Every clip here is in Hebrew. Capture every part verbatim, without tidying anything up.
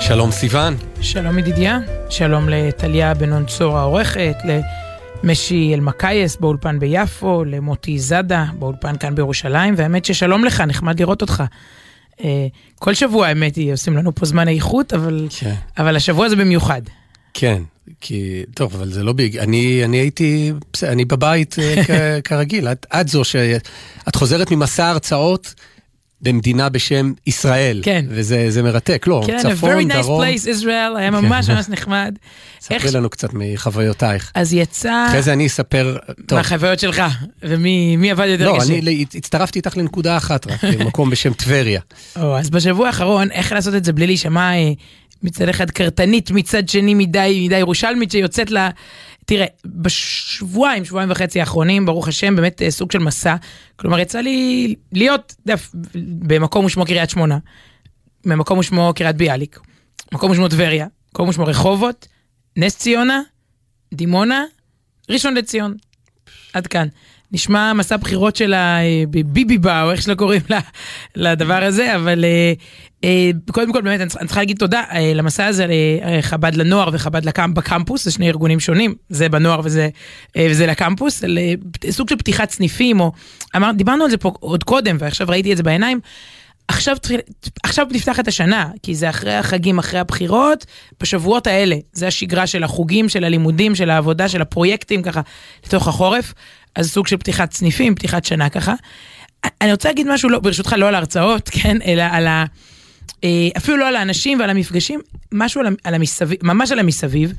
שלום סיוון. שלום ידידיה, שלום לטליה בנון צור העורכת, למשי אלמקייס באולפן ביפו, למוטי זדה באולפן כאן בירושלים, והאמת ששלום לך, נחמד לראות אותך. כל שבוע האמת היא, עושים לנו פה זמן איכות, אבל, כן. אבל השבוע זה במיוחד. כן, כי, טוב, אבל זה לא ביג, אני, אני הייתי, אני בבית כרגיל, את, את זו שאת חוזרת ממסע הרצאות, במדינה בשם ישראל. כן. וזה זה מרתק, לא? כן, צפון, a very nice דרום. place, Israel, היה ממש ממש נחמד. ספרי לנו קצת מחוויותייך. אז יצא... אחרי זה אני אספר... מהחוויות שלך, ומי עבד יותר קשה? לא, אני הצטרפתי איתך לנקודה אחת רק, במקום בשם טבריה. או, אז בשבוע האחרון, איך לעשות את זה בלי להישמע מצד אחד קרטנית, מצד שני מדי, מדי ירושלמית שיוצאת לה... תראה, בשבועיים, שבועיים וחצי האחרונים, ברוך השם, באמת סוג של מסע. כלומר, יצא לי להיות דף, במקום ושמו קריית שמונה, במקום ושמו קריית ביאליק, מקום ושמו טבריה, מקום ושמו רחובות, נס ציונה, דימונה, ראשון לציון. עד כאן. נשמע מסע בחירות של הביביבה, או איך שלא קוראים לדבר הזה, אבל קודם כל באמת אני צריכה להגיד תודה למסע הזה, לחב"ד לנוער וחב"ד בקמפוס, זה שני ארגונים שונים, זה בנוער וזה, וזה לקמפוס, סוג של פתיחת סניפים, או, אמר, דיברנו על זה פה עוד קודם, ועכשיו ראיתי את זה בעיניים, עכשיו, עכשיו נפתח את השנה, כי זה אחרי החגים, אחרי הבחירות, בשבועות האלה, זה השגרה של החוגים, של הלימודים, של העבודה, של הפרויקטים, ככה, לתוך החורף, אז סוג של פתיחת סניפים, פתיחת שנה ככה. אני רוצה להגיד משהו, לא, ברשותך, לא על ההרצאות, כן, אלא על ה... אפילו לא על האנשים ועל המפגשים, משהו על המסביב, ממש על המסביב.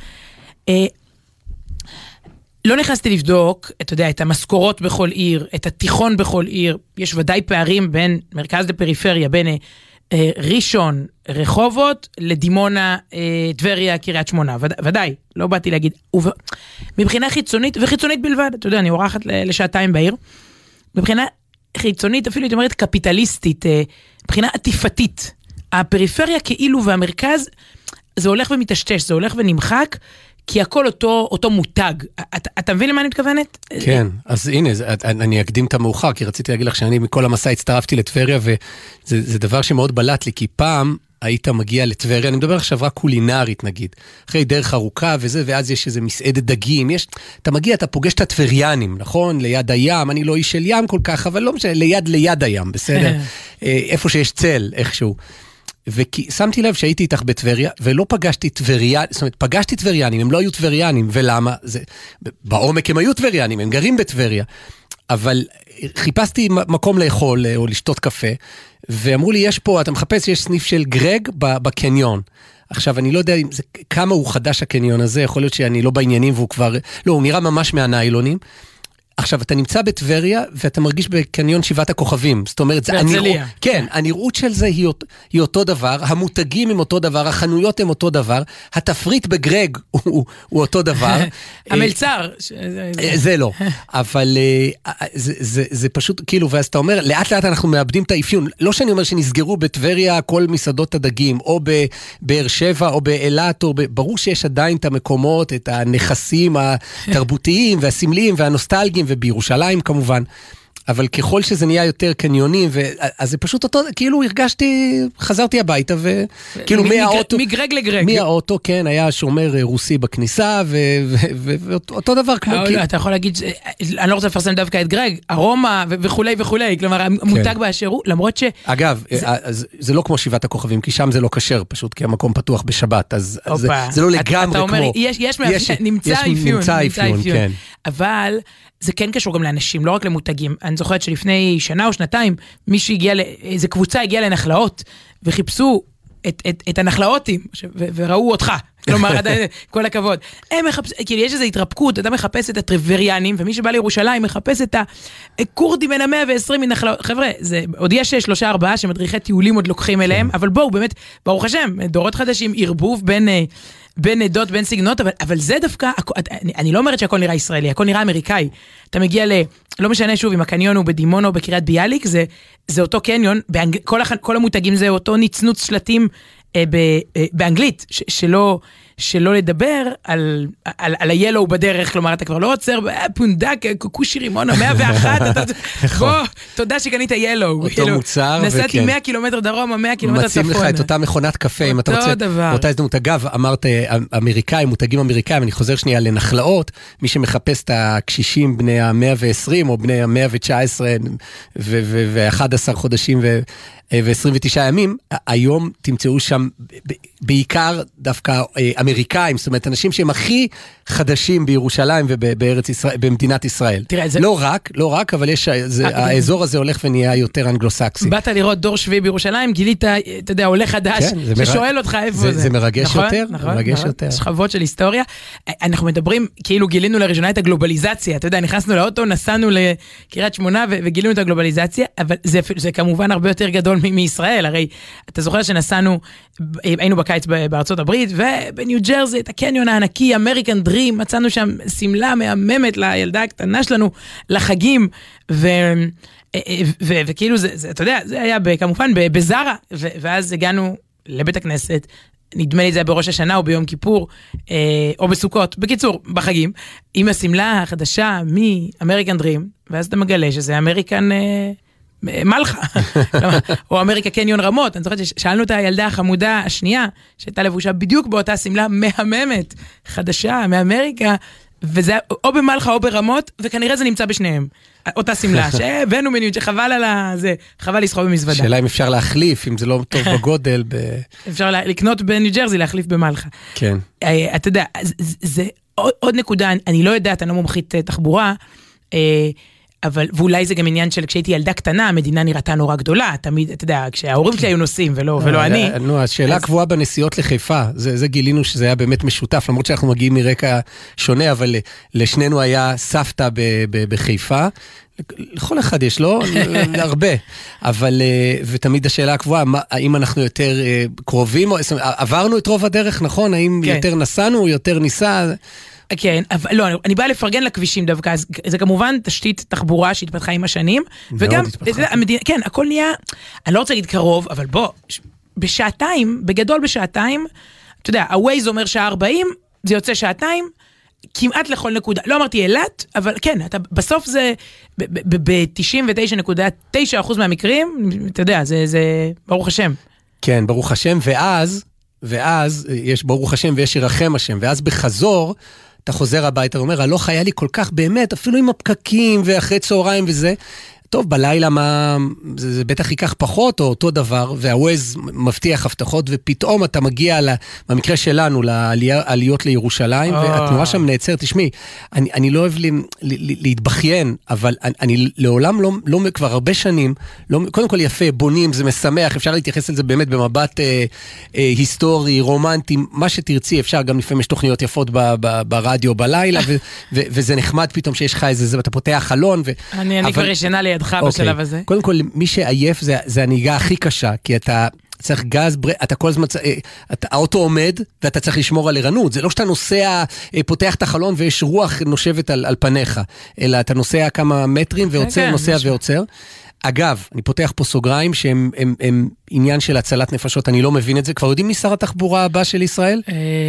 לא נכנסתי לבדוק, אתה יודע, את המשכורות בכל עיר, את התיכון בכל עיר, יש ודאי פערים בין מרכז לפריפריה, בין אה, ראשון, רחובות, לדימונה, אה, טבריה, קריית שמונה, וד, ודאי, לא באתי להגיד, וב... מבחינה חיצונית, וחיצונית בלבד, אתה יודע, אני אורחת לשעתיים בעיר, מבחינה חיצונית, אפילו הייתי אומרת קפיטליסטית, אה, מבחינה עטיפתית, הפריפריה כאילו והמרכז, זה הולך ומתשתש, זה הולך ונמחק, כי הכל אותו, אותו מותג. אתה, אתה מבין למה אני מתכוונת? כן, אז הנה, אני אקדים את המאוחר, כי רציתי להגיד לך שאני מכל המסע הצטרפתי לטבריה, וזה זה דבר שמאוד בלט לי, כי פעם היית מגיע לטבריה, אני מדבר עכשיו רק קולינרית נגיד, אחרי דרך ארוכה וזה, ואז יש איזה מסעדת דגים, יש, אתה מגיע, אתה פוגש את הטבריאנים, נכון? ליד הים, אני לא איש של ים כל כך, אבל לא משנה, ליד ליד הים, בסדר? איפה שיש צל, איכשהו. ושמתי לב שהייתי איתך בטבריה, ולא פגשתי טבריאנים, זאת אומרת, פגשתי טבריאנים, הם לא היו טבריאנים, ולמה? זה, בעומק הם היו טבריאנים, הם גרים בטבריה, אבל חיפשתי מקום לאכול או לשתות קפה, ואמרו לי, יש פה, אתה מחפש, יש סניף של גרג בקניון. עכשיו, אני לא יודע זה, כמה הוא חדש הקניון הזה, יכול להיות שאני לא בעניינים, והוא כבר, לא, הוא נראה ממש מהניילונים, עכשיו, אתה נמצא בטבריה, ואתה מרגיש בקניון שבעת הכוכבים. זאת אומרת, זה הנראות, כן, הנראות של זה היא, היא אותו דבר, המותגים הם אותו דבר, החנויות הם אותו דבר, התפריט בגרג הוא, הוא אותו דבר. המלצר. זה לא. אבל זה, זה, זה פשוט, כאילו, ואז אתה אומר, לאט לאט אנחנו מאבדים את האפיון. לא שאני אומר שנסגרו בטבריה כל מסעדות הדגים, או בבאר שבע, או באילת, או ב... ברור שיש עדיין את המקומות, את הנכסים התרבותיים והסמליים והנוסטלגיים, ובירושלים כמובן, אבל ככל שזה נהיה יותר קניונים, אז זה פשוט אותו, כאילו הרגשתי, חזרתי הביתה, וכאילו מהאוטו, מגרג לגרג. מהאוטו, כן, היה שומר רוסי בכניסה, ואותו דבר כמו... אתה יכול להגיד, אני לא רוצה לפרסם דווקא את גרג, ארומה וכולי וכולי, כלומר, המותג באשר הוא, למרות ש... אגב, זה לא כמו שבעת הכוכבים, כי שם זה לא קשר, פשוט כי המקום פתוח בשבת, אז זה לא לגמרי כמו... נמצא אפיון, כן. אבל זה כן קשור גם לאנשים, לא רק למותגים. אני זוכרת שלפני שנה או שנתיים, מישהו הגיע, איזו קבוצה הגיעה לנחלאות, וחיפשו את, את, את הנחלאותים, וראו אותך. כלומר, כל הכבוד. הם מחפש, כאילו יש איזו התרפקות, אתה מחפש את הטריווריאנים, ומי שבא לירושלים מחפש את הקורדים בין ה-מאה ועשרים מנחלאות. חבר'ה, זה, עוד יש שלושה ארבעה שמדריכי טיולים עוד לוקחים אליהם, אבל בואו, באמת, ברוך השם, דורות חדשים, ערבוב בין... בין עדות, בין סגנות, אבל, אבל זה דווקא, אני, אני לא אומרת שהכל נראה ישראלי, הכל נראה אמריקאי. אתה מגיע ל, לא משנה שוב, אם הקניון הוא בדימונה או בקריית ביאליק, זה, זה אותו קניון, באנג, כל, הח, כל המותגים זה אותו נצנוץ שלטים אה, ב, אה, באנגלית, ש, שלא, שלא לדבר על, על, על ה-Yellow בדרך, כלומר, אתה כבר לא עוצר, פונדק, קושי רימון, מאה ואחת, בוא, תודה שקנית Yellow. אותו מוצר, נסעתי מאה קילומטר דרומה, מאה קילומטר צפון. מציעים לך את אותה מכונת קפה, אם אתה רוצה. באותה הזדמנות, אגב, אמרת, אמריקאים, מותגים אמריקאים, אני חוזר שנייה לנחלאות, מי שמחפש את הקשישים בני ה-מאה ועשרים, או בני ה-מאה ותשע עשרה, ו-אחד עשר חודשים, ו... ו-עשרים ותשעה ימים, היום תמצאו שם בעיקר דווקא אמריקאים, זאת אומרת, אנשים שהם הכי חדשים בירושלים ובארץ ישראל, במדינת ישראל. תראה, זה... לא רק, לא רק, אבל יש, זה, האזור הזה הולך ונהיה יותר אנגלוסקסי. באת לראות דור שביעי בירושלים, גילית, אתה יודע, עולה חדש, כן, ששואל מר... אותך איפה זה. זה, זה מרגש נכון, יותר, נכון, מרגש נכון, יותר. שכבות של היסטוריה. אנחנו מדברים, כאילו גילינו לראשונה את הגלובליזציה, אתה יודע, נכנסנו לאוטו, נסענו לקריית שמונה וגילינו את הגלובליזציה, אבל זה, זה כמובן הרבה יותר גדול מישראל, הרי אתה זוכר שנסענו, היינו בקיץ בארצות הברית, ובניו ג'רזי, את הקניון הענקי, אמריקן דרים, מצאנו שם סמלה מהממת לילדה הקטנה שלנו, לחגים, ו... וכאילו זה, זה, אתה יודע, זה היה כמובן בזרה, ואז הגענו לבית הכנסת, נדמה לי זה היה בראש השנה או ביום כיפור, או בסוכות, בקיצור, בחגים, עם הסמלה החדשה מאמריקן דרים, ואז אתה מגלה שזה אמריקן... מלכה, או אמריקה קניון רמות. אני זוכרת ששאלנו את הילדה החמודה השנייה, שהייתה לבושה בדיוק באותה סמלה מהממת, חדשה, מאמריקה, וזה או במלכה או ברמות, וכנראה זה נמצא בשניהם. אותה סמלה, שהבאנו מניו, שחבל על זה, חבל לסחוב במזוודה. שאלה אם אפשר להחליף, אם זה לא טוב בגודל. אפשר לקנות בניו ג'רזי, להחליף במלכה. כן. אתה יודע, זה עוד נקודה, אני לא יודעת, אני לא מומחית תחבורה, אבל, ואולי זה גם עניין של כשהייתי ילדה קטנה, המדינה נראתה נורא גדולה, תמיד, אתה יודע, כשההורים שלי היו נוסעים ולא, ולא אני. נו, השאלה הקבועה בנסיעות לחיפה, זה, זה גילינו שזה היה באמת משותף, למרות שאנחנו מגיעים מרקע שונה, אבל לשנינו היה סבתא ב, ב, בחיפה, לכל אחד יש, לא? הרבה. אבל, ותמיד השאלה הקבועה, האם אנחנו יותר קרובים, עברנו את רוב הדרך, נכון? האם יותר נסענו, יותר ניסה... כן, אבל לא, אני באה לפרגן לכבישים דווקא, אז זה כמובן תשתית תחבורה שהתפתחה עם השנים, וגם, המדינה, כן, הכל נהיה, אני לא רוצה להגיד קרוב, אבל בוא, בשעתיים, בגדול בשעתיים, אתה יודע, הווייז אומר שעה ארבעים, זה יוצא שעתיים, כמעט לכל נקודה, לא אמרתי אלת, אבל כן, אתה, בסוף זה, ב-תשעים ותשע נקודה תשע אחוז מהמקרים, אתה יודע, זה, זה, ברוך השם. כן, ברוך השם, ואז, ואז, יש ברוך השם ויש ירחם השם, ואז בחזור, אתה חוזר הביתה ואומר, הלוך היה לי כל כך באמת, אפילו עם הפקקים ואחרי צהריים וזה, טוב, בלילה מה, זה, זה בטח ייקח פחות או אותו דבר, והווייז מבטיח הבטחות, ופתאום אתה מגיע, לה, במקרה שלנו, לעליות לירושלים, והתנועה שם נעצר, תשמעי, אני, אני לא אוהב לי, לי, להתבכיין, אבל אני, אני לעולם לא, לא, כבר הרבה שנים, לא, קודם כל יפה, בונים, זה משמח, אפשר להתייחס לזה באמת במבט אה, אה, היסטורי, רומנטי, מה שתרצי, אפשר גם לפעמים יש תוכניות יפות ב, ב, ברדיו בלילה, ו, ו, וזה נחמד פתאום שיש לך איזה, ואתה פותח חלון, ו, אני, אני כבר ישנה לי ידך בשלב הזה. קודם כל, מי שעייף זה, זה הנהיגה הכי קשה, כי אתה צריך גז, אתה כל הזמן, אתה, האוטו עומד, ואתה צריך לשמור על ערנות. זה לא שאתה נוסע, פותח את החלון, ויש רוח נושבת על, על פניך, אלא אתה נוסע כמה מטרים, ועוצר, נוסע ועוצר. אגב, אני פותח פה סוגריים, שהם הם, הם עניין של הצלת נפשות, אני לא מבין את זה. כבר יודעים מי שר התחבורה הבא של ישראל?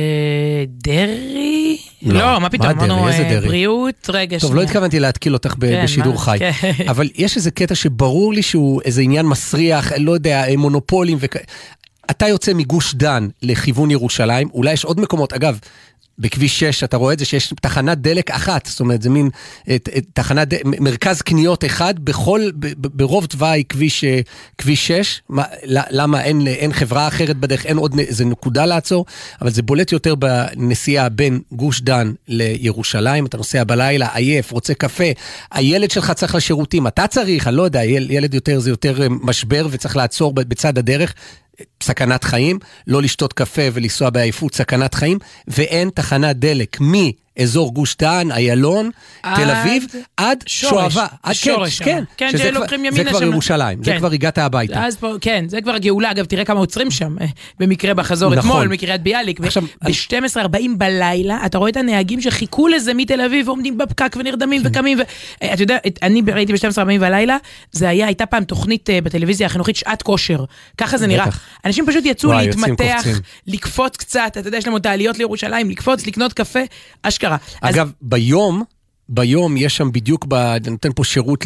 דרי? לא, מה פתאום, אמרנו בריאות, רגע. טוב, לא התכוונתי להתקיל אותך בשידור חי, אבל יש איזה קטע שברור לי שהוא איזה עניין מסריח, לא יודע, מונופולים, אתה יוצא מגוש דן לכיוון ירושלים, אולי יש עוד מקומות, אגב, בכביש שש, אתה רואה את זה שיש תחנת דלק אחת, זאת אומרת, זה מין תחנת, מרכז קניות אחד, בכל, ברוב תוואי כביש, כביש שש, למה אין, אין חברה אחרת בדרך, אין עוד איזה נקודה לעצור, אבל זה בולט יותר בנסיעה בין גוש דן לירושלים, אתה נוסע בלילה, עייף, רוצה קפה, הילד שלך צריך לשירותים, אתה צריך, אני לא יודע, ילד יותר, זה יותר משבר, וצריך לעצור בצד הדרך, סכנת חיים, לא לשתות קפה ולנסוע בעייפות, סכנת חיים, ואין תחנת דלק אזור גוש דן, איילון, תל אביב, עד שואבה. שורש. כן, כן, שזה כבר ירושלים, זה כבר הגעת הביתה. כן, זה כבר הגאולה, אגב, תראה כמה עוצרים שם, במקרה בחזור אתמול, מקריית ביאליק, ב-שתים עשרה ארבעים בלילה, אתה רואה את הנהגים שחיכו לזה מתל אביב, ועומדים בפקק ונרדמים וקמים, ואתה יודע, אני ראיתי ב-שתים עשרה ארבעים בלילה, זה היה, הייתה פעם תוכנית בטלוויזיה החינוכית שעת כושר, ככה זה נראה. אנשים פשוט יצאו להתמתח, לקפוץ קצת, אתה יודע, יש להם עוד העליות לירושלים, לקפוץ, לקנות קפה, אשכרה. אגב, ביום, ביום יש שם בדיוק, נותן פה שירות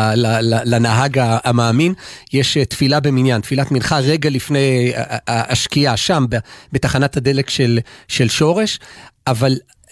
לנהג המאמין, יש תפילה במניין, תפילת מנחה רגע לפני השקיעה, שם בתחנת הדלק של שורש, אבל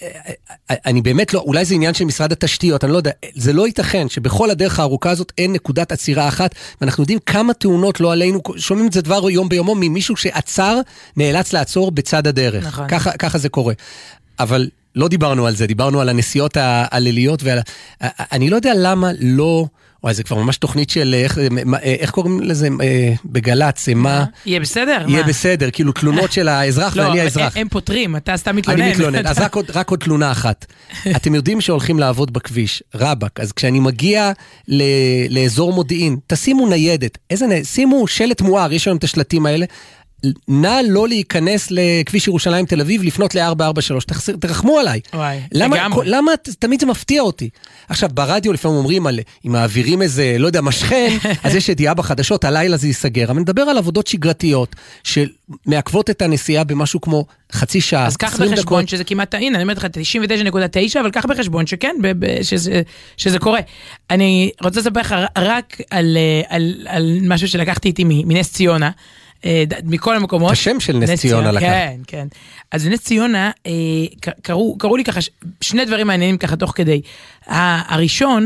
אני באמת לא, אולי זה עניין של משרד התשתיות, אני לא יודע, זה לא ייתכן שבכל הדרך הארוכה הזאת אין נקודת עצירה אחת, ואנחנו יודעים כמה תאונות לא עלינו, שומעים את זה דבר יום ביומו, ממישהו שעצר, נאלץ לעצור בצד הדרך. נכון. ככה, ככה זה קורה. אבל לא דיברנו על זה, דיברנו על הנסיעות הליליות, ועל, אני לא יודע למה לא, וואי, זה כבר ממש תוכנית של, איך, איך קוראים לזה, בגלץ, מה? יהיה בסדר? יהיה בסדר, כאילו תלונות של האזרח ואני האזרח. לא, הם פותרים, אתה סתם מתלונן. אני מתלונן, אז רק עוד, רק עוד תלונה אחת. אתם יודעים שהולכים לעבוד בכביש, רבק, אז כשאני מגיע לאזור מודיעין, תשימו ניידת, איזה ניידת, שימו שלט מואר, יש היום את השלטים האלה, נא לא להיכנס לכביש ירושלים תל אביב, לפנות ל-ארבע ארבע שלוש, תרחמו עליי. וואי, למה, למה תמיד זה מפתיע אותי? עכשיו, ברדיו לפעמים אומרים על, אם מעבירים איזה, לא יודע, משכן, אז יש ידיעה בחדשות, הלילה זה ייסגר, אבל נדבר על עבודות שגרתיות, שמעכבות את הנסיעה במשהו כמו חצי שעה, אז קח בחשבון שזה כמעט, הנה, אני אומרת לך, תשעים ותשע נקודה תשע, אבל קח בחשבון שכן, שזה, שזה קורה. אני רוצה לספר לך רק על, על, על משהו שלקחתי איתי מנס ציונה, מכל המקומות. השם של נס ציונה לקח. כן, כן. אז נס ציונה, קראו, קראו לי ככה, שני דברים מעניינים ככה תוך כדי. הראשון,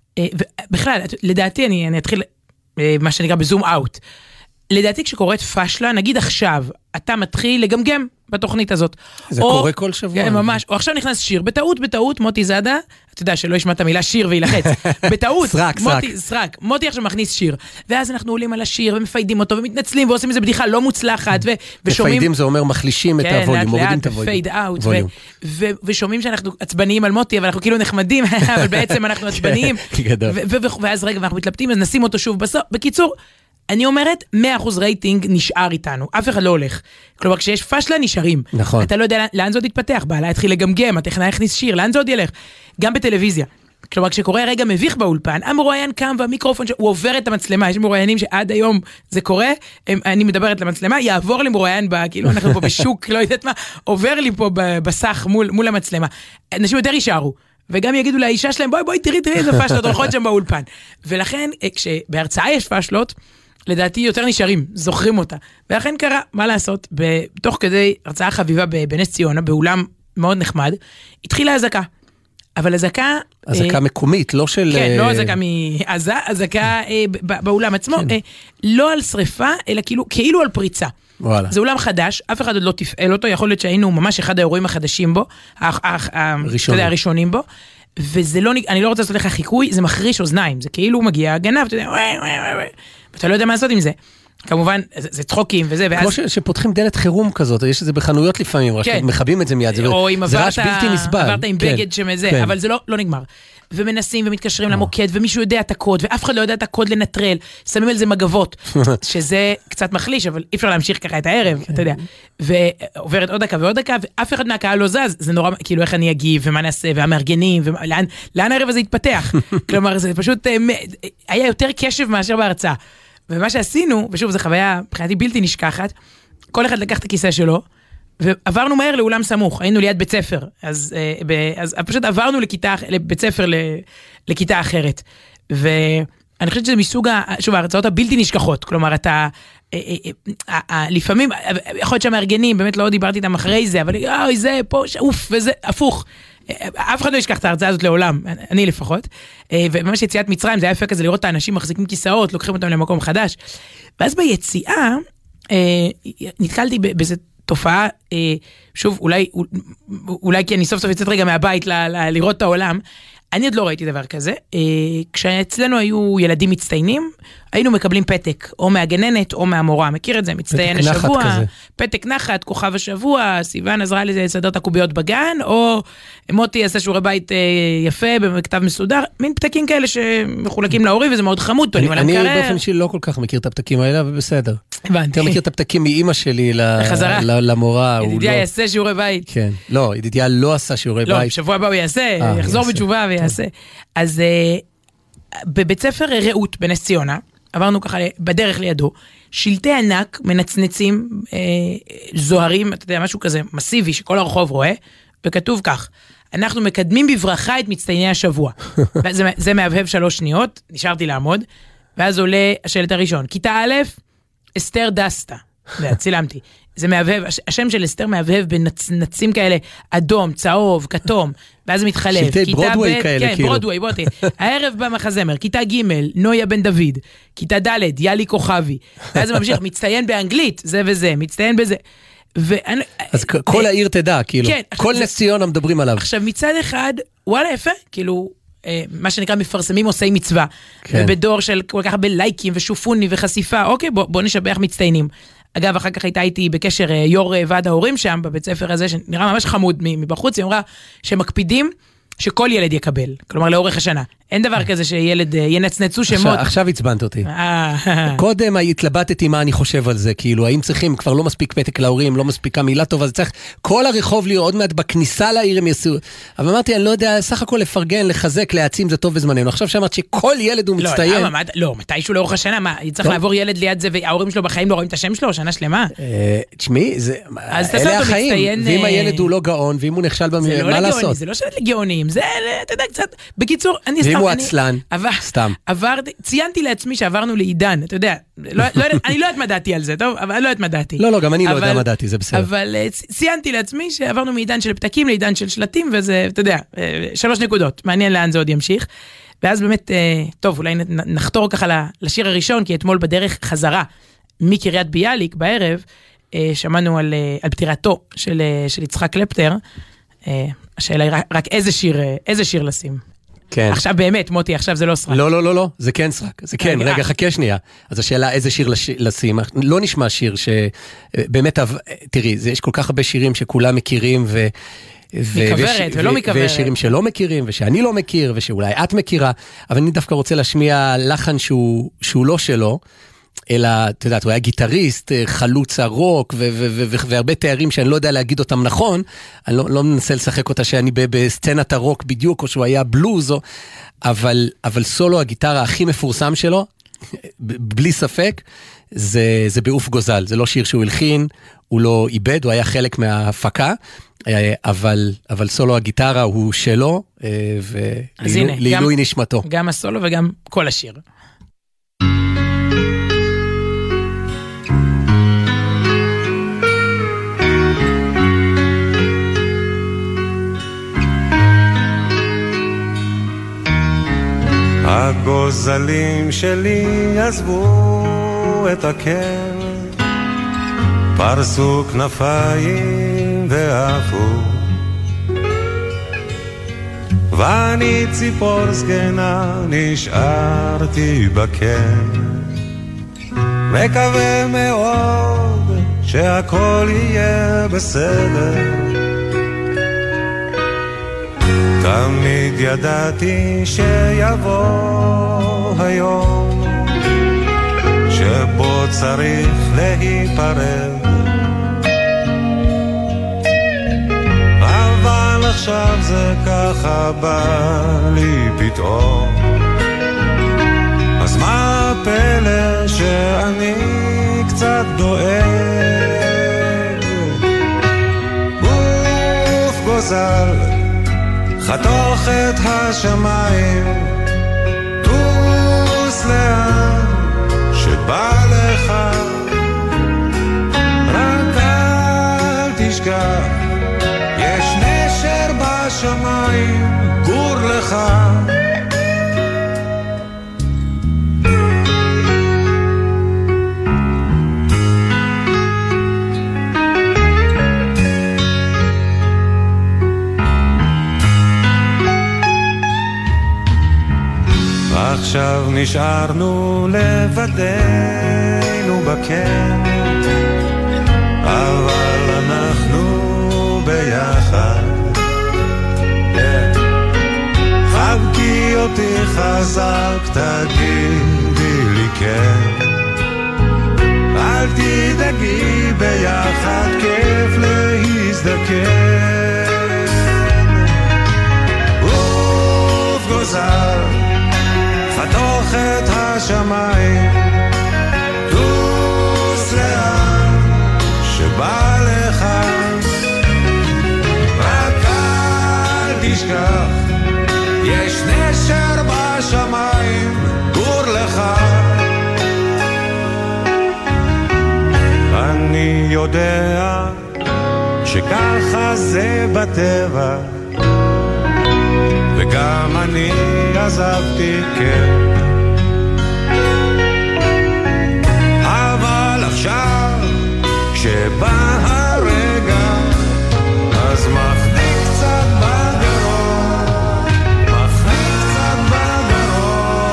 בכלל, לדעתי, אני, אני אתחיל מה שנקרא בזום אאוט. לדעתי כשקורית פשלה, נגיד עכשיו, אתה מתחיל לגמגם בתוכנית הזאת. זה או, קורה כל שבוע. כן, ממש. או עכשיו נכנס שיר. בטעות, בטעות, מוטי זאדה, אתה יודע שלא ישמע את המילה שיר וילחץ. בטעות. סרק, מוטי, סרק. מוטי עכשיו מכניס שיר. ואז אנחנו עולים על השיר ומפיידים אותו ומתנצלים ועושים איזה בדיחה לא מוצלחת ו- ושומעים... מפיידים זה אומר מחלישים כן, את הווליום, מורידים את הווליום. פייד אאוט. ו- ו- ושומעים שאנחנו עצבניים על מוטי, אבל אנחנו כאילו נחמדים, אבל בעצם אנחנו עצבניים. ו- ו- ואז רגע, ואנחנו מתלבטים, אז נשים אותו שוב בסוף. בקיצור, אני אומרת, מאה אחוז רייטינג נשאר איתנו, אף אחד לא הולך. כלומר, כשיש פשלה, נשארים. נכון. אתה לא יודע לאן זה עוד יתפתח, בעלה התחיל לגמגם, הטכנאי הכניס שיר, לאן זה עוד ילך? גם בטלוויזיה. כלומר, כשקורה רגע מביך באולפן, המרואיין קם והמיקרופון, הוא עובר את המצלמה, יש מרואיינים שעד היום זה קורה, אני מדברת למצלמה, יעבור לי מרואיין, כאילו אנחנו פה בשוק, לא יודעת מה, עובר לי פה בסך מול, מול המצלמה. אנשים יותר יישארו. וגם יגידו לאישה שלהם, בואי, בואי, תראי, תראי איזה פשלות הולכות שם באולפן. ולכן, כשבהרצאה יש פשלות, לדעתי יותר נשארים, זוכרים אותה. ולכן קרה, מה לעשות, בתוך כדי הרצאה חביבה בנס ציונה, באולם מאוד נחמד, התחילה הזקה. אבל הזקה... הזקה אה, מקומית, לא של... כן, לא הזקה מעזה, הזקה אה, באולם עצמו, כן. אה, לא על שריפה, אלא כאילו, כאילו על פריצה. וואלה. זה אולם חדש, אף אחד עוד לא תפעל אותו, יכול להיות שהיינו ממש אחד האירועים החדשים בו, ראשונים. הראשונים בו, וזה לא, אני לא רוצה לעשות לך חיקוי, זה מחריש אוזניים, זה כאילו מגיע גנב, אתה יודע, וואי, וואי, וואי, ואתה לא יודע מה לעשות עם זה. כמובן, זה, זה צחוקים וזה, ואז... כמו ש, שפותחים דלת חירום כזאת, יש את זה בחנויות לפעמים, כן. רק מכבים את זה מיד, זה, זה רעש בלתי נסבל. עברת עם כן. בגד שמזה, כן. אבל זה לא, לא נגמר. ומנסים ומתקשרים למוקד, ומישהו יודע את הקוד, ואף אחד לא יודע את הקוד לנטרל, שמים על זה מגבות, שזה קצת מחליש, אבל אי אפשר להמשיך ככה את הערב, אתה יודע. ועוברת עוד דקה ועוד דקה, ואף אחד מהקהל לא זז, זה נורא, כאילו איך אני אגיב, ומה נעשה, והמארגנים, ולאן, לאן הערב הזה יתפתח? כלומר, זה פשוט, היה יותר קשב מאשר בהרצאה. ומה שעשינו, ושוב, זו חוויה מבחינתי בלתי נשכחת, כל אחד לקח את הכיסא שלו, ועברנו מהר לאולם סמוך, היינו ליד בית ספר, אז, אז פשוט עברנו לכיתה, לבית ספר לכיתה אחרת, ואני חושבת שזה מסוג, שוב, ההרצאות הבלתי נשכחות, כלומר, אתה, לפעמים, יכול להיות שהמארגנים, באמת לא דיברתי איתם אחרי זה, אבל אוי, זה פה, אוף, וזה, הפוך, אף אחד לא ישכח את ההרצאה הזאת לעולם, אני לפחות, וממש יציאת מצרים, זה היה יפה כזה לראות את האנשים מחזיקים כיסאות, לוקחים אותם למקום חדש, ואז ביציאה, נתקלתי באיזה תופעה, שוב, אולי, אולי כי אני סוף סוף יצאת רגע מהבית ל- ל- לראות את העולם, אני עוד לא ראיתי דבר כזה. כשאצלנו היו ילדים מצטיינים, היינו מקבלים פתק, או מהגננת, או מהמורה. מכיר את זה? מצטיין השבוע, פתק נחת, כוכב השבוע, סיוון עזרה לי לסדר את הקוביות בגן, או מוטי עשה שיעורי בית יפה, בכתב מסודר, מין פתקים כאלה שמחולקים להורים, וזה מאוד חמוד, תולים על המקרר. אני באופן שלי לא כל כך מכיר את הפתקים האלה, אבל בסדר. הבנתי. אתה מכיר את הפתקים מאמא שלי למורה. ידידיה יעשה שיעורי בית. כן. לא, ידידיה לא עשה שיעורי בית. לא, בשבוע הבא הוא יעשה, יחזור בתשובה ויעשה. אז בבית ספר רעות בנס ציונה, עברנו ככה בדרך לידו, שלטי ענק, מנצנצים, זוהרים, אתה יודע, משהו כזה מסיבי שכל הרחוב רואה, וכתוב כך, אנחנו מקדמים בברכה את מצטייני השבוע. זה, זה מהבהב שלוש שניות, נשארתי לעמוד, ואז עולה השלט הראשון, כיתה א', אסתר דסטה, צילמתי. זה מהבהב, השם של אסתר מהבהב בנצנצים כאלה, אדום, צהוב, כתום, ואז מתחלף. שלטי ברודווי כאלה, כן, כאילו. ברודווי, בואי, הערב במחזמר, כיתה ג', נויה בן דוד, כיתה ד', יאלי כוכבי, ואז ממשיך, מצטיין באנגלית, זה וזה, מצטיין בזה. ואני, אז כל העיר תדע, כאילו, כן, כל נס ציונה מדברים עליו. עכשיו, מצד אחד, וואלה, יפה, כאילו, מה שנקרא מפרסמים עושי מצווה, כן. ובדור של כל כך הרבה לייקים ושופוני וחשיפה, אוקיי, בוא, בוא נשבח מצטיינים. אגב, אחר כך הייתה איתי בקשר יור ועד ההורים שם, בבית ספר הזה, שנראה ממש חמוד מבחוץ, היא אמרה שמקפידים שכל ילד יקבל, כלומר לאורך השנה. אין דבר כזה שילד ינצנצו שמות. עכשיו הצבנת אותי. קודם התלבטתי מה אני חושב על זה, כאילו, האם צריכים, כבר לא מספיק פתק להורים, לא מספיקה מילה טובה, זה צריך כל הרחוב להיות עוד מעט בכניסה לעיר הם יעשו. אבל אמרתי, אני לא יודע, סך הכל לפרגן, לחזק, להעצים, זה טוב בזמננו. עכשיו שאמרת שכל ילד הוא מצטיין. לא, מתישהו לאורך השנה, מה, צריך לעבור ילד ליד זה, וההורים שלו בחיים לא רואים את השם שלו, שנה שלמה. תשמעי, אלה החיים, ואם הילד הוא לא גאון, ואם הוא נכשל במ... מה לעשות? זה לא שאלה לגאונים, זה, אתה יודע, קצת, בקיצור, אני סתם, הוא עצלן, סתם. עברתי, ציינתי לעצמי שעברנו לעידן, אתה יודע, לא, לא, אני לא התמדעתי על זה, טוב? אבל אני לא התמדעתי. לא, לא, גם אני לא יודע מדעתי, זה בסדר. אבל ציינתי לעצמי שעברנו מעידן של פתקים לעידן של שלטים, וזה, אתה יודע, שלוש נקודות, מעניין לאן זה עוד ימשיך. ואז באמת, טוב, אולי נחתור ככה לשיר הראשון, כי אתמול בדרך חזרה מקריית ביאליק בערב, שמענו על, על פטירתו של, של יצחק קלפטר, השאלה היא רק איזה שיר, איזה שיר לשים. כן. עכשיו באמת, מוטי, עכשיו זה לא סרק. לא, לא, לא, לא, זה כן סרק. זה כן, רגע, חכה שנייה. אז השאלה איזה שיר לשים. לא נשמע שיר שבאמת, תראי, יש כל כך הרבה שירים שכולם מכירים ו... מכוורת ולא מכוורת. ויש שירים שלא מכירים ושאני לא מכיר ושאולי את מכירה, אבל אני דווקא רוצה להשמיע לחן שהוא, שהוא לא שלו, אלא, אתה יודעת, הוא היה גיטריסט, חלוץ הרוק, והרבה תארים שאני לא יודע להגיד אותם נכון, אני לא מנסה לשחק אותה שאני בסצנת הרוק בדיוק, או שהוא היה בלוז, אבל סולו הגיטרה הכי מפורסם שלו, בלי ספק, זה בעוף גוזל, זה לא שיר שהוא הלחין, הוא לא איבד, הוא היה חלק מההפקה, אבל סולו הגיטרה הוא שלו, ולעילוי נשמתו. גם הסולו וגם כל השיר. הגוזלים שלי עזבו את הקר, פרסו כנפיים ועפו, ואני ציפור זקנה נשארתי בקר, מקווה מאוד שהכל יהיה בסדר. תמיד ידעתי שיבוא היום שבו צריך להיפרד, אבל עכשיו זה ככה בא לי פתאום, אז מה הפלא שאני קצת דואג? גוף גוזל חתוך את השמיים, טוס לאן שבא לך, רק אל תשכח, יש נשר בשמיים, גור לך. נשארנו לבדנו בקן, אבל אנחנו ביחד. חבקי אותי חזק, תגידי לי כן, אל תדאגי, ביחד כיף להזדקן. עוף גוזר, חתוך את השמיים, טוס לאן שבא לך, רק אל תשכח, יש נשר בשמיים, גור לך. אני יודע שככה זה בטבע, וגם אני עזבתי, כן, אבל עכשיו כשבא הרגע אז מחניק קצת בגרון, מחניק קצת בגרון.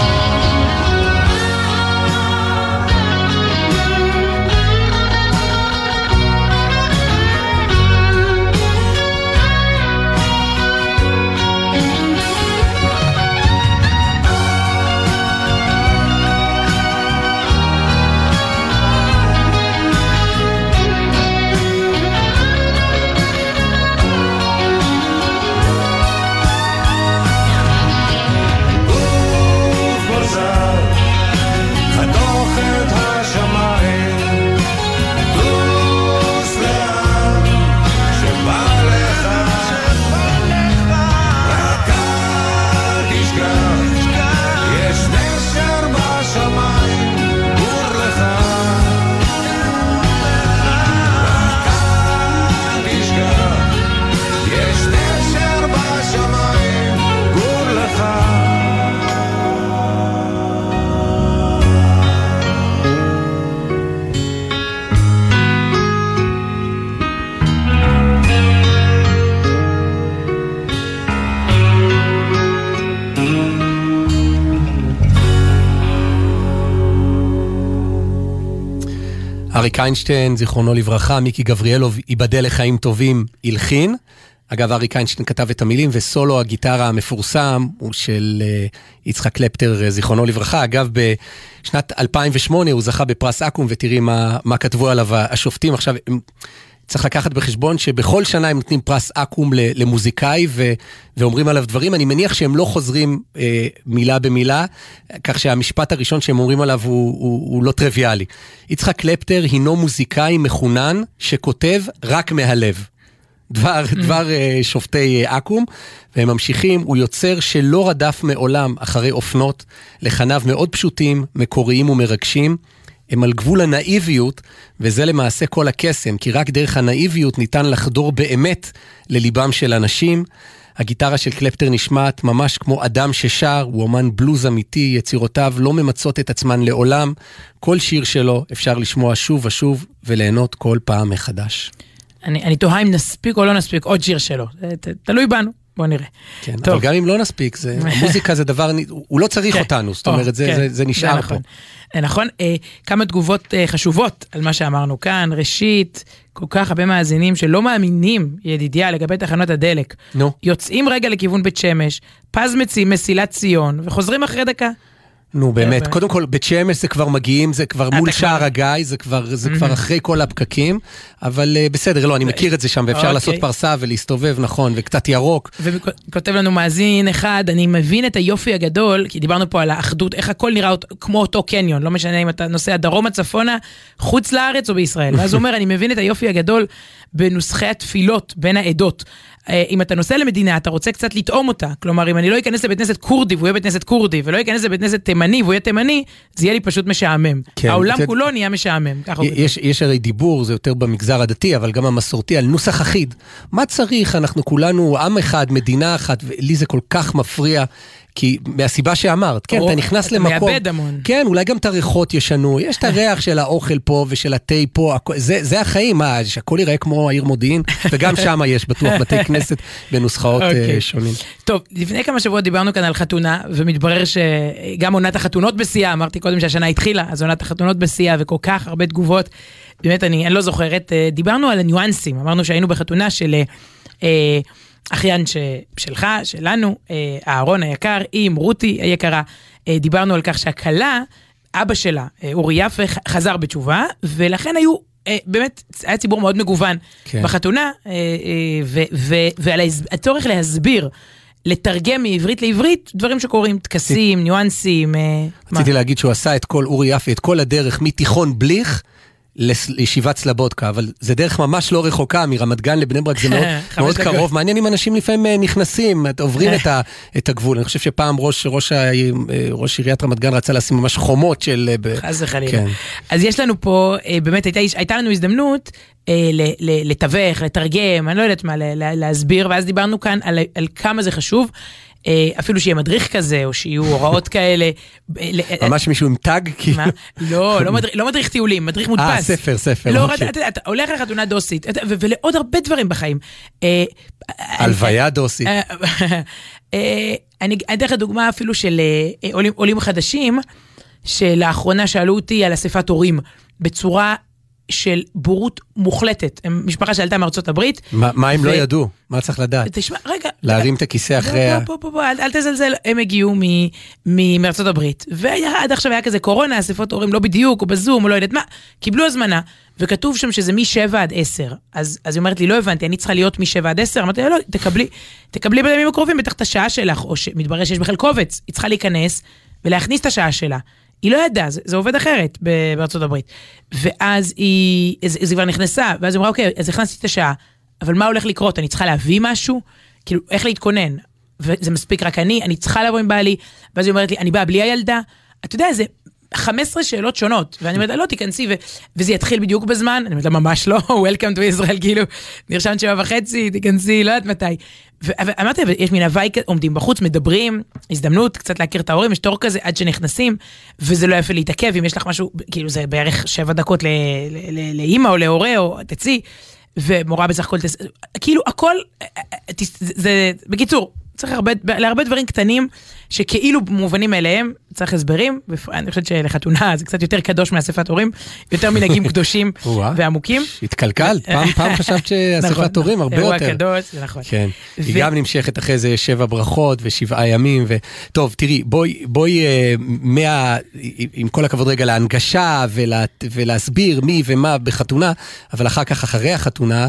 אריק איינשטיין, זיכרונו לברכה, מיקי גבריאלוב, ייבדל לחיים טובים, הלחין. אגב, אריק איינשטיין כתב את המילים, וסולו הגיטרה המפורסם הוא של uh, יצחק קלפטר, זיכרונו לברכה. אגב, בשנת אלפיים ושמונה הוא זכה בפרס אקו"ם, ותראי מה, מה כתבו עליו השופטים. עכשיו, צריך לקחת בחשבון שבכל שנה הם נותנים פרס אקו"ם למוזיקאי, ו, ואומרים עליו דברים. אני מניח שהם לא חוזרים אה, מילה במילה, כך שהמשפט הראשון שהם אומרים עליו הוא, הוא, הוא לא טריוויאלי. יצחק קלפטר הינו מוזיקאי מחונן, שכותב רק מהלב. דבר, דבר אה, שופטי אה, אקו"ם, והם ממשיכים, הוא יוצר שלא רדף מעולם אחרי אופנות, לחניו מאוד פשוטים, מקוריים ומרגשים, הם על גבול הנאיביות, וזה למעשה כל הקסם, כי רק דרך הנאיביות ניתן לחדור באמת לליבם של אנשים. הגיטרה של קלפטר נשמעת ממש כמו אדם ששר, הוא אומן בלוז אמיתי, יצירותיו לא ממצות את עצמן לעולם, כל שיר שלו אפשר לשמוע שוב ושוב, וליהנות כל פעם מחדש. אני, אני תוהה אם נספיק או לא נספיק עוד שיר שלו, ת, תלוי בנו. בוא נראה. כן, טוב. אבל גם אם לא נספיק, זה, המוזיקה זה דבר, הוא לא צריך כן. אותנו, זאת אומרת, זה, כן. זה, זה נשאר זה נכון. פה. נכון, אה, כמה תגובות אה, חשובות על מה שאמרנו כאן. ראשית, כל כך הרבה מאזינים שלא מאמינים, ידידיה, לגבי תחנות הדלק. נו. יוצאים רגע לכיוון בית שמש, פז מצים, מסילת ציון, וחוזרים אחרי דקה. נו באמת, קודם כל בית שמש זה כבר מגיעים, זה כבר מול שער הגיא, זה כבר אחרי כל הפקקים, אבל בסדר, לא, אני מכיר את זה שם, ואפשר לעשות פרסה ולהסתובב, נכון, וקצת ירוק. וכותב לנו מאזין אחד, אני מבין את היופי הגדול, כי דיברנו פה על האחדות, איך הכל נראה כמו אותו קניון, לא משנה אם אתה נוסע דרום הצפונה, חוץ לארץ או בישראל. ואז הוא אומר, אני מבין את היופי הגדול בנוסחי התפילות בין העדות. אם אתה נוסע למדינה, אתה רוצה קצת לטעום אותה. כלומר, אם אני לא אכנס לבית כנסת קורדי, והוא יהיה בית כנסת קורדי, ולא אכנס לבית כנסת תימני, והוא יהיה תימני, זה יהיה לי פשוט משעמם. כן, העולם זה... כולו נהיה משעמם. יש, יש הרי דיבור, זה יותר במגזר הדתי, אבל גם המסורתי, על נוסח אחיד. מה צריך? אנחנו כולנו עם אחד, מדינה אחת, ולי זה כל כך מפריע. כי מהסיבה שאמרת, כן, או, אתה נכנס אתה למקום, מאבד המון. כן, אולי גם את הריחות ישנו, יש את הריח של האוכל פה ושל התה פה, הכ- זה, זה החיים, מה, שהכל ייראה כמו העיר מודיעין, וגם שם יש בטוח בתי כנסת בנוסחאות אוקיי. uh, שונים. טוב, לפני כמה שבועות דיברנו כאן על חתונה, ומתברר שגם עונת החתונות בשיאה, אמרתי קודם שהשנה התחילה, אז עונת החתונות בשיאה, וכל כך הרבה תגובות, באמת אני, אני לא זוכרת, אה, דיברנו על הניואנסים, אמרנו שהיינו בחתונה של אה, אחיין ש, שלך, שלנו, אה, אהרון היקר, עם רותי היקרה, אה, דיברנו על כך שהכלה, אבא שלה, אה, אורי יפה, חזר בתשובה, ולכן היו, אה, באמת, היה ציבור מאוד מגוון כן. בחתונה, אה, אה, ו, ו, ועל ההס- הצורך להסביר, לתרגם מעברית לעברית, דברים שקורים, תקסים, ניואנסים, אה, מה? רציתי להגיד שהוא עשה את כל אורי יפה, את כל הדרך מתיכון בליך, לס- לישיבת סלבודקה, אבל זה דרך ממש לא רחוקה, מרמת גן לבני ברק זה מאוד, חמש מאוד דקות. קרוב, מעניין אם אנשים לפעמים אה, נכנסים, את- עוברים את, ה, את הגבול, אני חושב שפעם ראש, ראש, ה- אה, ראש עיריית רמת גן רצה לשים ממש חומות של... אה, ב- חס וחלילה. כן. אז יש לנו פה, אה, באמת הייתה, הייתה לנו הזדמנות אה, ל- ל- לתווך, לתרגם, אני לא יודעת מה, ל- ל- להסביר, ואז דיברנו כאן על, על כמה זה חשוב, אה, אפילו שיהיה מדריך כזה, או שיהיו הוראות כאלה. אה, ל- ממש מישהו עם טאג, כאילו. מה? לא, לא מדריך, לא מדריך טיולים, מדריך מודפס. אה, ספר, ספר, לא, אוקיי. אתה, אתה הולך לחתונה דוסית, אתה- ו- ולעוד הרבה דברים בחיים. אה, הלוויה דוסית. אה, אה, אני אני אתן לך דוגמה אפילו של אה, עולים, עולים חדשים, שלאחרונה שאלו אותי על אספת הורים, בצורה של בורות מוחלטת. הם משפחה שעלתה מארצות הברית. מה מה הם ו- לא ידעו? מה צריך לדעת? תשמע, רגע. להרים את הכיסא אחרי ה... בוא, בוא, בוא, בוא, אל, אל תזלזל, הם הגיעו מ- מ- מארצות הברית, ועד עכשיו היה כזה קורונה, אספות הורים לא בדיוק, או בזום, או לא יודעת מה, קיבלו הזמנה, וכתוב שם שזה משבע עד עשר, אז, אז היא אומרת לי, לא הבנתי, אני צריכה להיות משבע עד עשר, אמרתי לה, לא, תקבלי, תקבלי בימים הקרובים, בטח את השעה שלך, או שמתברר שיש בכלל קובץ, היא צריכה להיכנס, ולהכניס את השעה שלה. היא לא ידעה, זה, זה עובד אחרת ב- בארצות הברית. ואז היא, אז, אז היא כבר נכנסה, ואז היא אמרה, אוקיי, אז הכנסתי את השעה, אבל מה הולך לקרות? אני צריכה להביא משהו? כאילו, איך להתכונן? וזה מספיק רק אני, אני צריכה לבוא עם בעלי, ואז היא אומרת לי, אני באה בלי הילדה. אתה יודע, זה חמש עשרה שאלות שונות, ואני אומרת, לא, תיכנסי, ו- וזה יתחיל בדיוק בזמן, אני אומרת לה, ממש לא, Welcome to Israel, כאילו, נרשמת שבע וחצי, תיכנסי, לא יודעת מתי. ואמרתי, יש מין הוואי, עומדים בחוץ, מדברים, הזדמנות, קצת להכיר את ההורים, יש תור כזה עד שנכנסים, וזה לא יפה להתעכב, אם יש לך משהו, כאילו זה בערך שבע דקות ל- ל- ל- לאמא או להורה, או תצאי, ומורה בסך הכל, תס- כאילו הכל, תס- זה, בקיצור, צריך הרבה, להרבה דברים קטנים, שכאילו מובנים אליהם, צריך הסברים, ואני חושבת שלחתונה זה קצת יותר קדוש מאספת הורים, יותר מנהגים קדושים ועמוקים. התקלקל, פעם פעם חשבת שאספת הורים הרבה יותר. אירוע קדוש, זה נכון. כן, היא גם נמשכת אחרי זה שבע ברכות ושבעה ימים, וטוב, תראי, בואי, מה, עם כל הכבוד רגע להנגשה ולהסביר מי ומה בחתונה, אבל אחר כך, אחרי החתונה,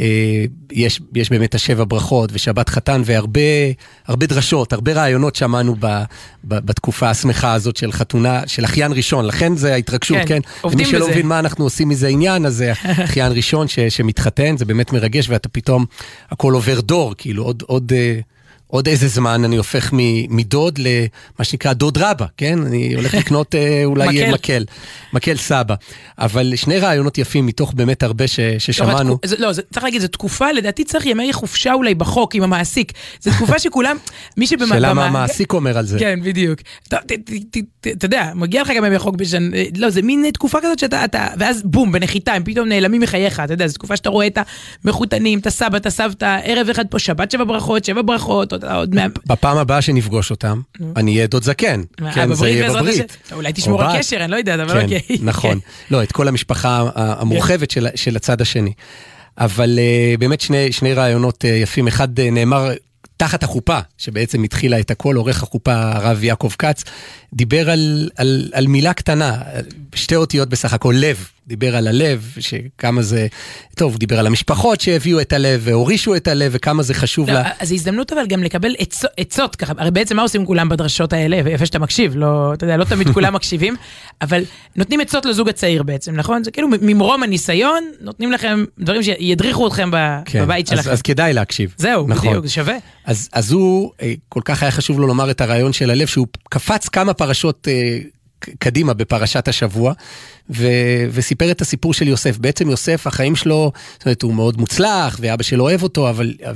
יש באמת השבע ברכות ושבת חתן, והרבה הרבה דרשות, הרבה רעיונות שמענו בתקופה השמחה הזאת של חתונה, של אחיין ראשון, לכן זה ההתרגשות, כן? ומי שלא מבין מה אנחנו עושים מזה עניין, אז זה אחיין ראשון שמתחתן, זה באמת מרגש, ואתה פתאום, הכל עובר דור, כאילו עוד, עוד, עוד איזה זמן אני הופך מדוד למה שנקרא דוד רבא, כן? אני הולך לקנות אולי מקל, מקל סבא. אבל שני רעיונות יפים מתוך באמת הרבה ששמענו. לא, צריך להגיד, זו תקופה, לדעתי צריך ימי חופשה אולי בחוק עם המעסיק. זו תקופה שכולם, מי שבמה... שאלה מה המעסיק אומר על זה. כן, בדיוק. אתה יודע, מגיע לך גם ימי חוק בשן... לא, זה מין תקופה כזאת שאתה... ואז בום, בנחיתה, הם פתאום נעלמים מחייך, אתה יודע, זו תקופה שאתה רואה את המחותנים, את הסבא, את הסבתא, ערב אחד פה, שבת שבע ברכות, שבע ברכות, בפעם הבאה שנפגוש אותם, אני אהיה דוד זקן. כן, זה יהיה בברית. אולי תשמור על קשר, אני לא יודעת, אבל אוקיי. נכון. לא, את כל המשפחה המורחבת של הצד השני. אבל באמת שני רעיונות יפים. אחד נאמר תחת החופה, שבעצם התחילה את הכל, עורך החופה הרב יעקב כץ, דיבר על, על, על מילה קטנה, שתי אותיות בסך הכל, לב. דיבר על הלב, שכמה זה, טוב, דיבר על המשפחות שהביאו את הלב, והורישו את הלב, וכמה זה חשוב לא, לה. אז זו הזדמנות אבל גם לקבל עצות, עצות ככה, הרי בעצם מה עושים כולם בדרשות האלה, ויפה שאתה מקשיב, לא, אתה יודע, לא תמיד כולם מקשיבים, אבל נותנים עצות לזוג הצעיר בעצם, נכון? זה כאילו ממרום הניסיון, נותנים לכם דברים שידריכו אתכם כן, בבית אז, שלכם. אז כדאי להקשיב. זהו, נכון. בדיוק, זה שווה. אז, אז הוא, כל כך היה חשוב לו לומר את הרעיון של הלב, שהוא קפץ כמה פרשות קדימה בפרשת השבוע, ו- וסיפר את הסיפור של יוסף. בעצם יוסף, החיים שלו, זאת אומרת, הוא מאוד מוצלח, ואבא שלו אוהב אותו, אבל, אבל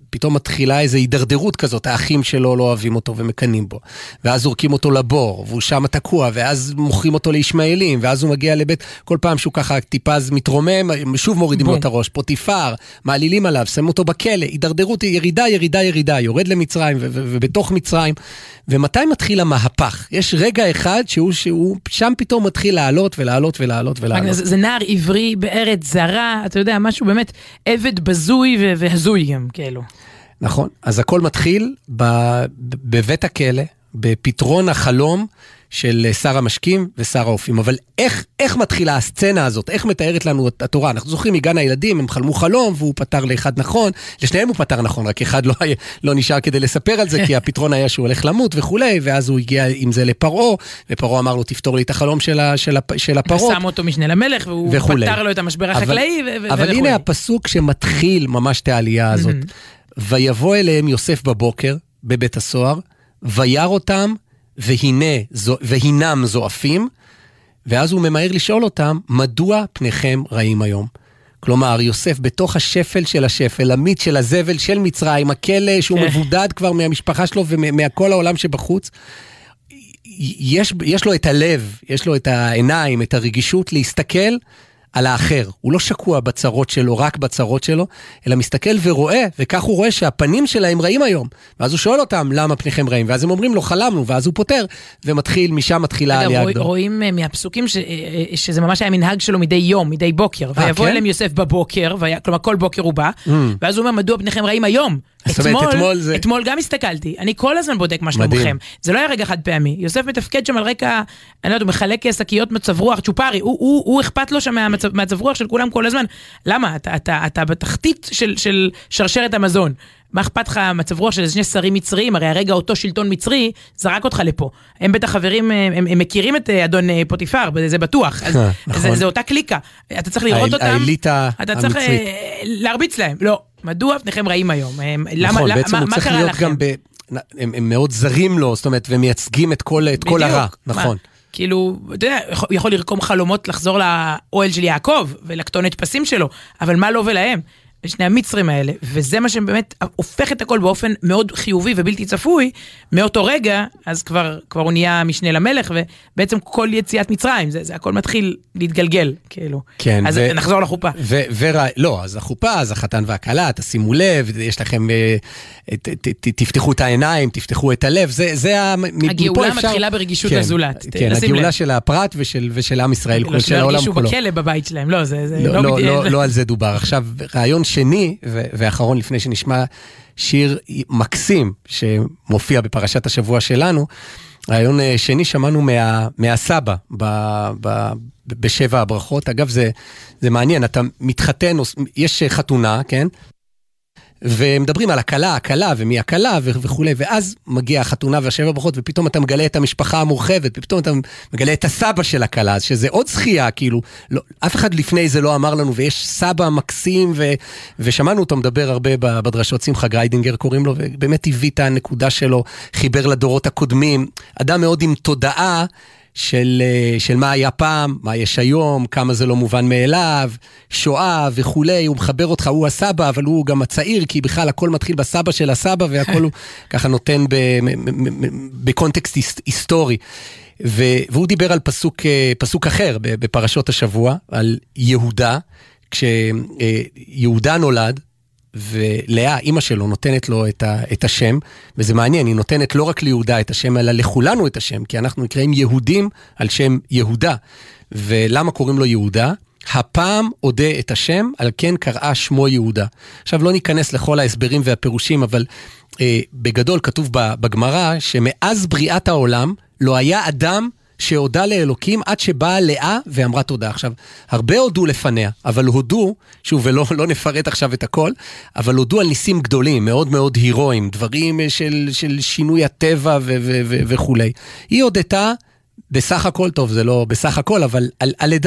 פתאום מתחילה איזו הידרדרות כזאת, האחים שלו לא אוהבים אותו ומקנים בו, ואז זורקים אותו לבור, והוא שם תקוע, ואז מוכרים אותו לישמעאלים, ואז הוא מגיע לבית, כל פעם שהוא ככה טיפה מתרומם, שוב מורידים לו את הראש, פוטיפר, מעלילים עליו, שמים אותו בכלא, הידרדרות, ירידה, ירידה, ירידה, יורד למצרים, ו- ו- ובתוך מצרים, ומתי מתחיל המהפך? יש רגע אחד שהוא, שהוא שם פתאום מתחיל לעלות ולעלות ולעלות ולעלות. זה, זה נער עברי בארץ זרה, אתה יודע, משהו באמת עבד בזוי ו- והזוי גם, כאילו. נכון, אז הכל מתחיל ב- בבית הכלא, בפתרון החלום של שר המשקים ושר האופים. אבל איך, איך מתחילה הסצנה הזאת? איך מתארת לנו את התורה? אנחנו זוכרים מגן הילדים, הם חלמו חלום, והוא פתר לאחד נכון, לשניהם הוא פתר נכון, רק אחד לא, לא נשאר כדי לספר על זה, כי הפתרון היה שהוא הולך למות וכולי, ואז הוא הגיע עם זה לפרעה, ופרעה אמר לו, תפתור לי את החלום של, ה, של, ה, של הפרות. ושם אותו משנה למלך, והוא וכולי. פתר לו את המשבר החקלאי. אבל, ו- אבל הנה הפסוק שמתחיל ממש את העלייה הזאת. ויבוא אליהם יוסף בבוקר, בבית הסוהר, וירא אותם, והנה, זו, והינם זועפים, ואז הוא ממהר לשאול אותם, מדוע פניכם רעים היום? כלומר, יוסף בתוך השפל של השפל, המיץ של הזבל של מצרים, הכלא שהוא מבודד כבר מהמשפחה שלו ומכל העולם שבחוץ, יש, יש לו את הלב, יש לו את העיניים, את הרגישות להסתכל על האחר. הוא לא שקוע בצרות שלו, רק בצרות שלו, אלא מסתכל ורואה, וכך הוא רואה שהפנים שלהם רעים היום. ואז הוא שואל אותם, למה פניכם רעים? ואז הם אומרים לו, חלמנו, ואז הוא פותר, ומתחיל, משם מתחילה עלייה גדולה. רואים מהפסוקים ש, שזה ממש היה מנהג שלו מדי יום, מדי בוקר, ויבוא אליהם יוסף בבוקר, כלומר כל בוקר הוא בא, ואז הוא אומר, מדוע פניכם רעים היום? אתמול, אתמול גם הסתכלתי, אני כל הזמן בודק מה שלומכם. זה לא היה רגע חד פעמי. יוסף מתפקד שם על רקע, אני לא יודע, הוא מחלק שקיות מצב רוח, צ'ופרי, הוא, הוא, הוא אכפת לו שם מהמצב רוח של כולם כל הזמן. למה? אתה, אתה, אתה בתחתית של, של שרשרת המזון. מה אכפת לך מצב רוח של שני שרים מצריים? הרי הרגע אותו שלטון מצרי זרק אותך לפה. הם בטח חברים, הם, הם מכירים את אדון פוטיפר, זה בטוח. אז זה, זה אותה קליקה. אתה צריך לראות אותם. האליטה אתה צריך להרביץ להם. לא. מדוע פניכם ראים היום? נכון, בעצם הוא צריך להיות גם, הם מאוד זרים לו, זאת אומרת, ומייצגים את כל הרע, נכון. כאילו, אתה יודע, יכול לרקום חלומות לחזור לאוהל של יעקב, ולקטון את פסים שלו, אבל מה לו ולהם? שני המצרים האלה, וזה מה שבאמת הופך את הכל באופן מאוד חיובי ובלתי צפוי, מאותו רגע, אז כבר, כבר הוא נהיה משנה למלך, ובעצם כל יציאת מצרים, זה, זה הכל מתחיל להתגלגל, כאילו. כן. אז ו- נחזור לחופה. ו- ו- לא, אז החופה, אז החתן והכלה, תשימו לב, יש לכם, ת- ת- ת- תפתחו את העיניים, תפתחו את הלב, זה, זה הגאולה אפשר... מתחילה ברגישות כן, הזולת. כן, הגאולה לב. של הפרט ושל, ושל עם ישראל, לא של העולם כולו. לא בכלא בבית שלהם, לא, זה, זה לא, לא, לא, לא, לא על זה דובר. עכשיו, רעיון שני ואחרון לפני שנשמע שיר מקסים שמופיע בפרשת השבוע שלנו, רעיון שני שמענו מה, מהסבא ב, ב, בשבע הברכות. אגב, זה, זה מעניין, אתה מתחתן, יש חתונה, כן? ומדברים על הקלה, הקלה ומי הקלה וכו', ואז מגיע החתונה והשבע ברכות, ופתאום אתה מגלה את המשפחה המורחבת, ופתאום אתה מגלה את הסבא של הקלה, שזה עוד זכייה, כאילו, לא, אף אחד לפני זה לא אמר לנו, ויש סבא מקסים, ו, ושמענו אותו מדבר הרבה בדרשות, שמחה גריידינגר קוראים לו, ובאמת הביא את הנקודה שלו, חיבר לדורות הקודמים, אדם מאוד עם תודעה, של, של מה היה פעם, מה יש היום, כמה זה לא מובן מאליו, שואה וכולי, הוא מחבר אותך, הוא הסבא, אבל הוא גם הצעיר, כי בכלל הכל מתחיל בסבא של הסבא, והכל הוא ככה נותן בקונטקסט היסטורי. והוא דיבר על פסוק, פסוק אחר בפרשות השבוע, על יהודה, כשיהודה נולד, ולאה, אמא שלו, נותנת לו את, ה, את השם, וזה מעניין, היא נותנת לא רק ליהודה את השם, אלא לכולנו את השם, כי אנחנו נקראים יהודים על שם יהודה. ולמה קוראים לו יהודה? הפעם עודה את השם, על כן קראה שמו יהודה. עכשיו לא ניכנס לכל ההסברים והפירושים, אבל אה, בגדול כתוב בגמרא, שמאז בריאת העולם לא היה אדם שהודה לאלוקים עד שבאה לאה ואמרה תודה. עכשיו, הרבה הודו לפניה, אבל הודו, שוב, ולא לא נפרט עכשיו את הכל, אבל הודו על ניסים גדולים, מאוד מאוד הירואיים, דברים של, של שינוי הטבע ו- ו- ו- וכו'. היא הודתה בסך הכל, טוב, זה לא בסך הכל, אבל על, על לידה,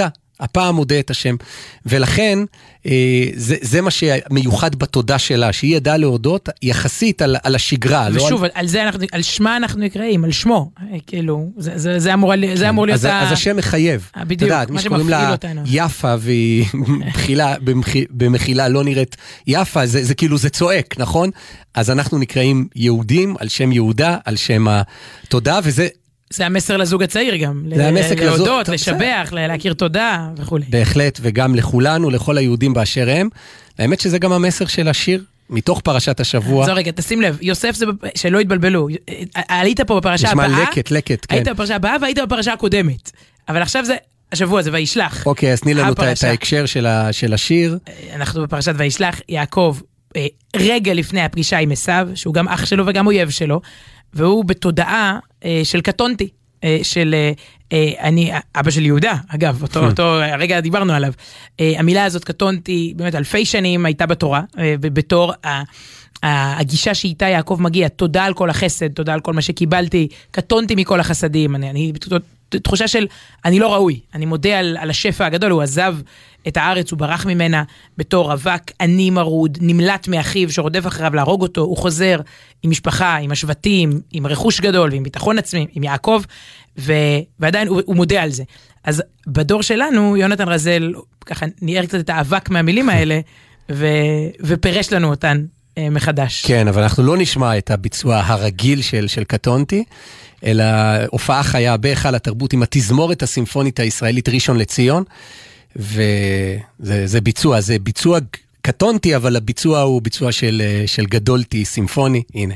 הפעם מודה את השם, ולכן זה, זה מה שמיוחד בתודה שלה, שהיא ידעה להודות יחסית על, על השגרה. ושוב, לא על... על, זה אנחנו, על שמה אנחנו נקראים, על שמו, כאילו, זה, זה, זה אמור, זה אמור להיות... אז, ה... אז השם מחייב. בדיוק, תדעת, מה שמפעיל לה אותנו. יפה, והיא במחילה, במחילה לא נראית יפה, זה, זה כאילו, זה צועק, נכון? אז אנחנו נקראים יהודים, על שם יהודה, על שם התודה, וזה... זה המסר לזוג הצעיר גם, להודות, לשבח, להכיר תודה וכו'. בהחלט, וגם לכולנו, לכל היהודים באשר הם. האמת שזה גם המסר של השיר, מתוך פרשת השבוע. זו רגע, תשים לב, יוסף זה, שלא התבלבלו, היית פה בפרשה הבאה, נשמע לקט, לקט, כן. היית בפרשה הבאה והיית בפרשה הקודמת, אבל עכשיו זה, השבוע זה וישלח. אוקיי, אז תני לנו את ההקשר של השיר. אנחנו בפרשת וישלח, יעקב, רגע לפני הפגישה עם עשיו, שהוא גם אח שלו וגם אויב שלו, והוא בתודעה אה, של קטונתי, אה, של אה, אה, אני, אבא של יהודה, אגב, אותו, אותו הרגע דיברנו עליו. אה, המילה הזאת קטונתי, באמת אלפי שנים הייתה בתורה, אה, בתור ה, ה, הגישה שאיתה יעקב מגיע, תודה על כל החסד, תודה על כל מה שקיבלתי, קטונתי מכל החסדים, אני, אני תחושה של אני לא ראוי, אני מודה על, על השפע הגדול, הוא עזב את הארץ, הוא ברח ממנה בתור רווק, עני מרוד, נמלט מאחיו שרודף אחריו להרוג אותו, הוא חוזר עם משפחה, עם השבטים, עם רכוש גדול ועם ביטחון עצמי, עם יעקב, ו... ועדיין הוא, הוא מודה על זה. אז בדור שלנו, יונתן רזל, ככה נראה קצת את האבק מהמילים האלה, ו... ופרש לנו אותן אה, מחדש. כן, אבל אנחנו לא נשמע את הביצוע הרגיל של, של קטונתי, אלא הופעה חיה בהיכל התרבות עם התזמורת הסימפונית הישראלית ראשון לציון, וזה זה ביצוע, זה ביצוע קטונתי, אבל הביצוע הוא ביצוע של, של גדולתי סימפוני, הנה.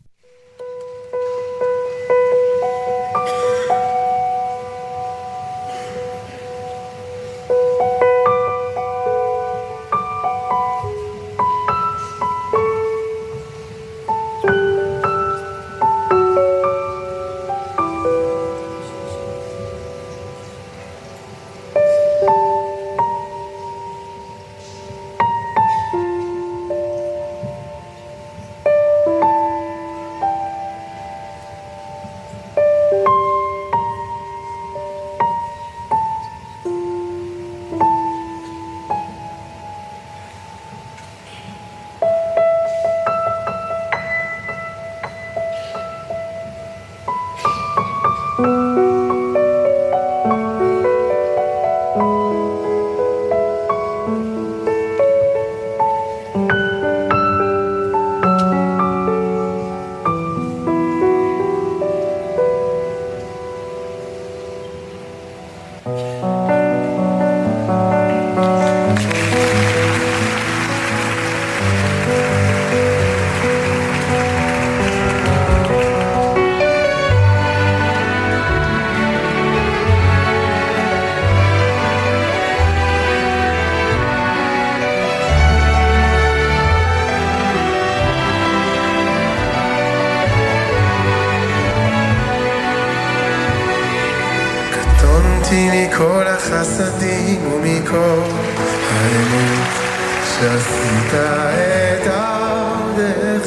מכל החסדים ומכל האמת שעשית את עבדך.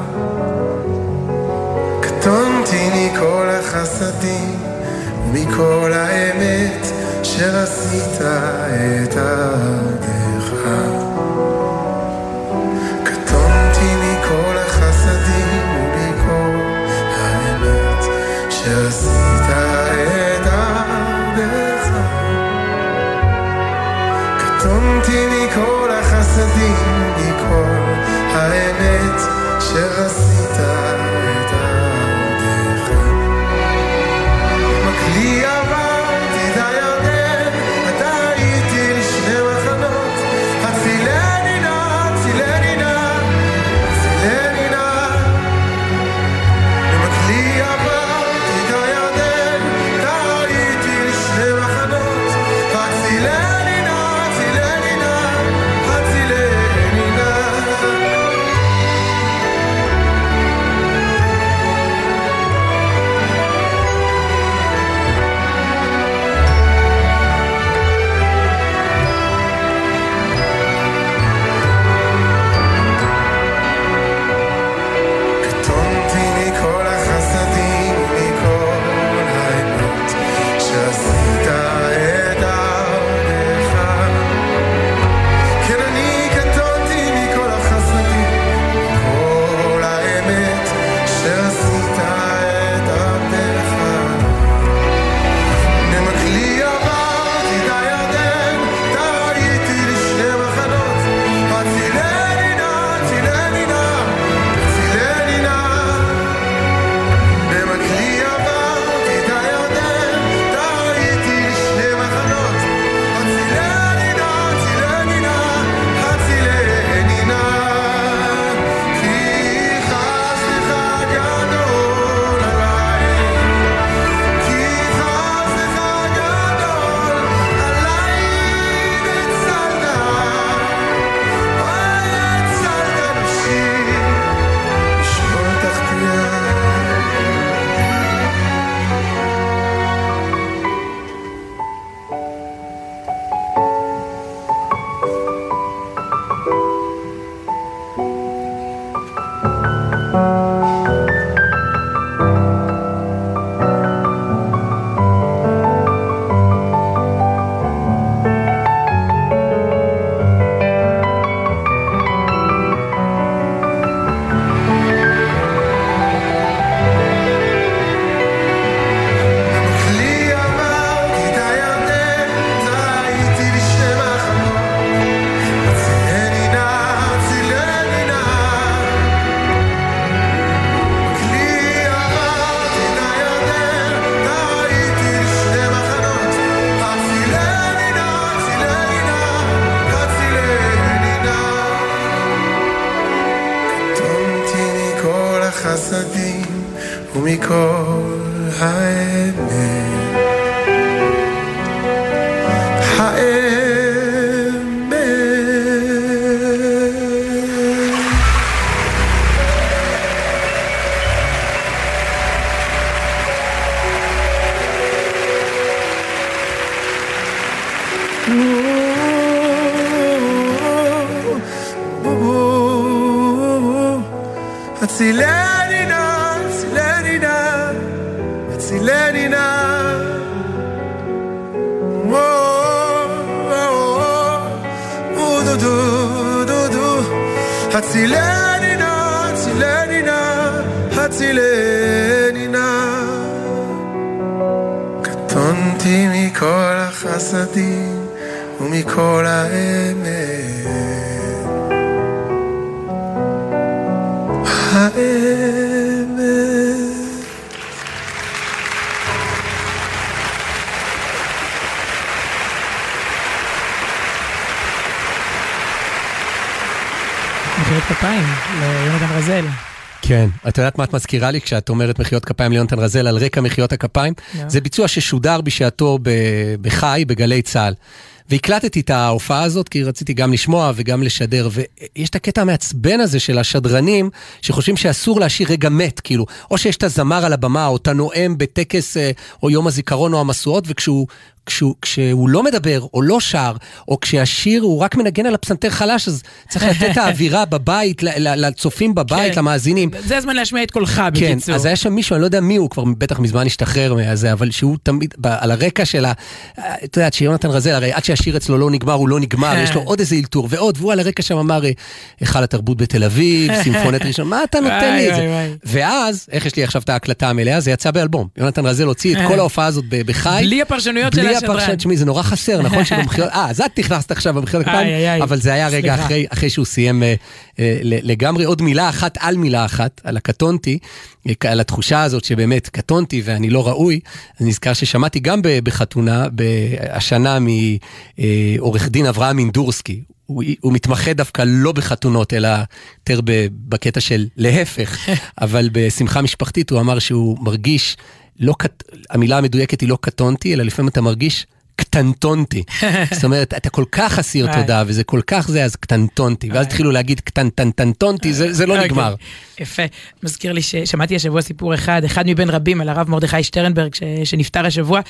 קטונתי מכל החסדים ומכל האמת שעשית את עבדך. קטונתי מכל החסדים ומכל האמת שעשית את עבדך. קטונתי מכל החסדים ומכל האמת שעשית את עבדך. מקלי עברתי את הירדן, אתה הייתי לשני מחנות. הצילני נא, הצילני נא, הצילני נא. מקלי עברתי את הירדן, אתה הייתי לשני מחנות. הצילני נא, הצילני נא, הצילני נא. החסדים ומכל האמת. הצילני נא, הצילני נא, הצילני נא. הצילני נא, הצילני נא, הצילני נא. קטונתי מכל החסדים ומכל האמת. האמת. מחיאות כפיים ליונתן רזל. כן, את יודעת מה את מזכירה לי כשאת אומרת מחיאות כפיים ליונתן רזל על רקע מחיאות הכפיים? זה ביצוע ששודר בשעתו בחי, בגלי צהל. והקלטתי את ההופעה הזאת כי רציתי גם לשמוע וגם לשדר, ויש את הקטע המעצבן הזה של השדרנים שחושבים שאסור להשאיר רגע מת, כאילו, או שיש את הזמר על הבמה או את הנואם בטקס או יום הזיכרון או המסועות, וכשהוא כשהוא, כשהוא לא מדבר או לא שר, או כשהשיר הוא רק מנגן על הפסנתר חלש, אז צריך לתת את האווירה בבית, לצופים בבית, למאזינים. זה הזמן להשמיע את קולך בקיצור. כן, אז היה שם מישהו, אני לא יודע מי הוא, כבר בטח מזמן השתחרר מהזה, אבל שהוא תמיד, על הרקע של ה... אתה יודעת, שיונתן רזל, הרי עד שהשיר אצלו לא נגמר, הוא לא נגמר, יש לו עוד איזה אילתור ועוד, והוא על הרקע שם אמר, היכל התרבות בתל אביב, סימפונית ראשון, מה אתה נותן לי את זה? ואז, איך יש לי עכשיו את ההקלטה המלאה, זה יצא באלבום. יונתן רזל הוציא את כל ההופעה הזאת בחי. בלי הפרשנויות של השדרן. תשמעי, זה נורא חסר, נכון שבמחיאות, אה, אז את נכנסת עכשיו במחיאות הכפיים, אבל זה היה רגע אחרי, אחרי שהוא סיים אה, אה, לגמרי. עוד מילה אחת על מילה אחת, על הקטונתי, על התחושה הזאת שבאמת קטונתי ואני לא ראוי. אני נזכר ששמעתי גם בחתונה, השנה מעורך דין אברהם אינדורסקי, הוא, הוא מתמחה דווקא לא בחתונות, אלא יותר בקטע של להפך, אבל בשמחה משפחתית הוא אמר שהוא מרגיש, לא, המילה המדויקת היא לא קטונתי, אלא לפעמים אתה מרגיש קטנטונתי. זאת אומרת, אתה כל כך אסיר תודה, וזה כל כך זה, אז קטנטונתי. ואז התחילו להגיד קטנטנטונתי, זה לא נגמר. יפה. מזכיר לי ששמעתי השבוע סיפור אחד, אחד מבין רבים על הרב מרדכי שטרנברג, שנפטר השבוע.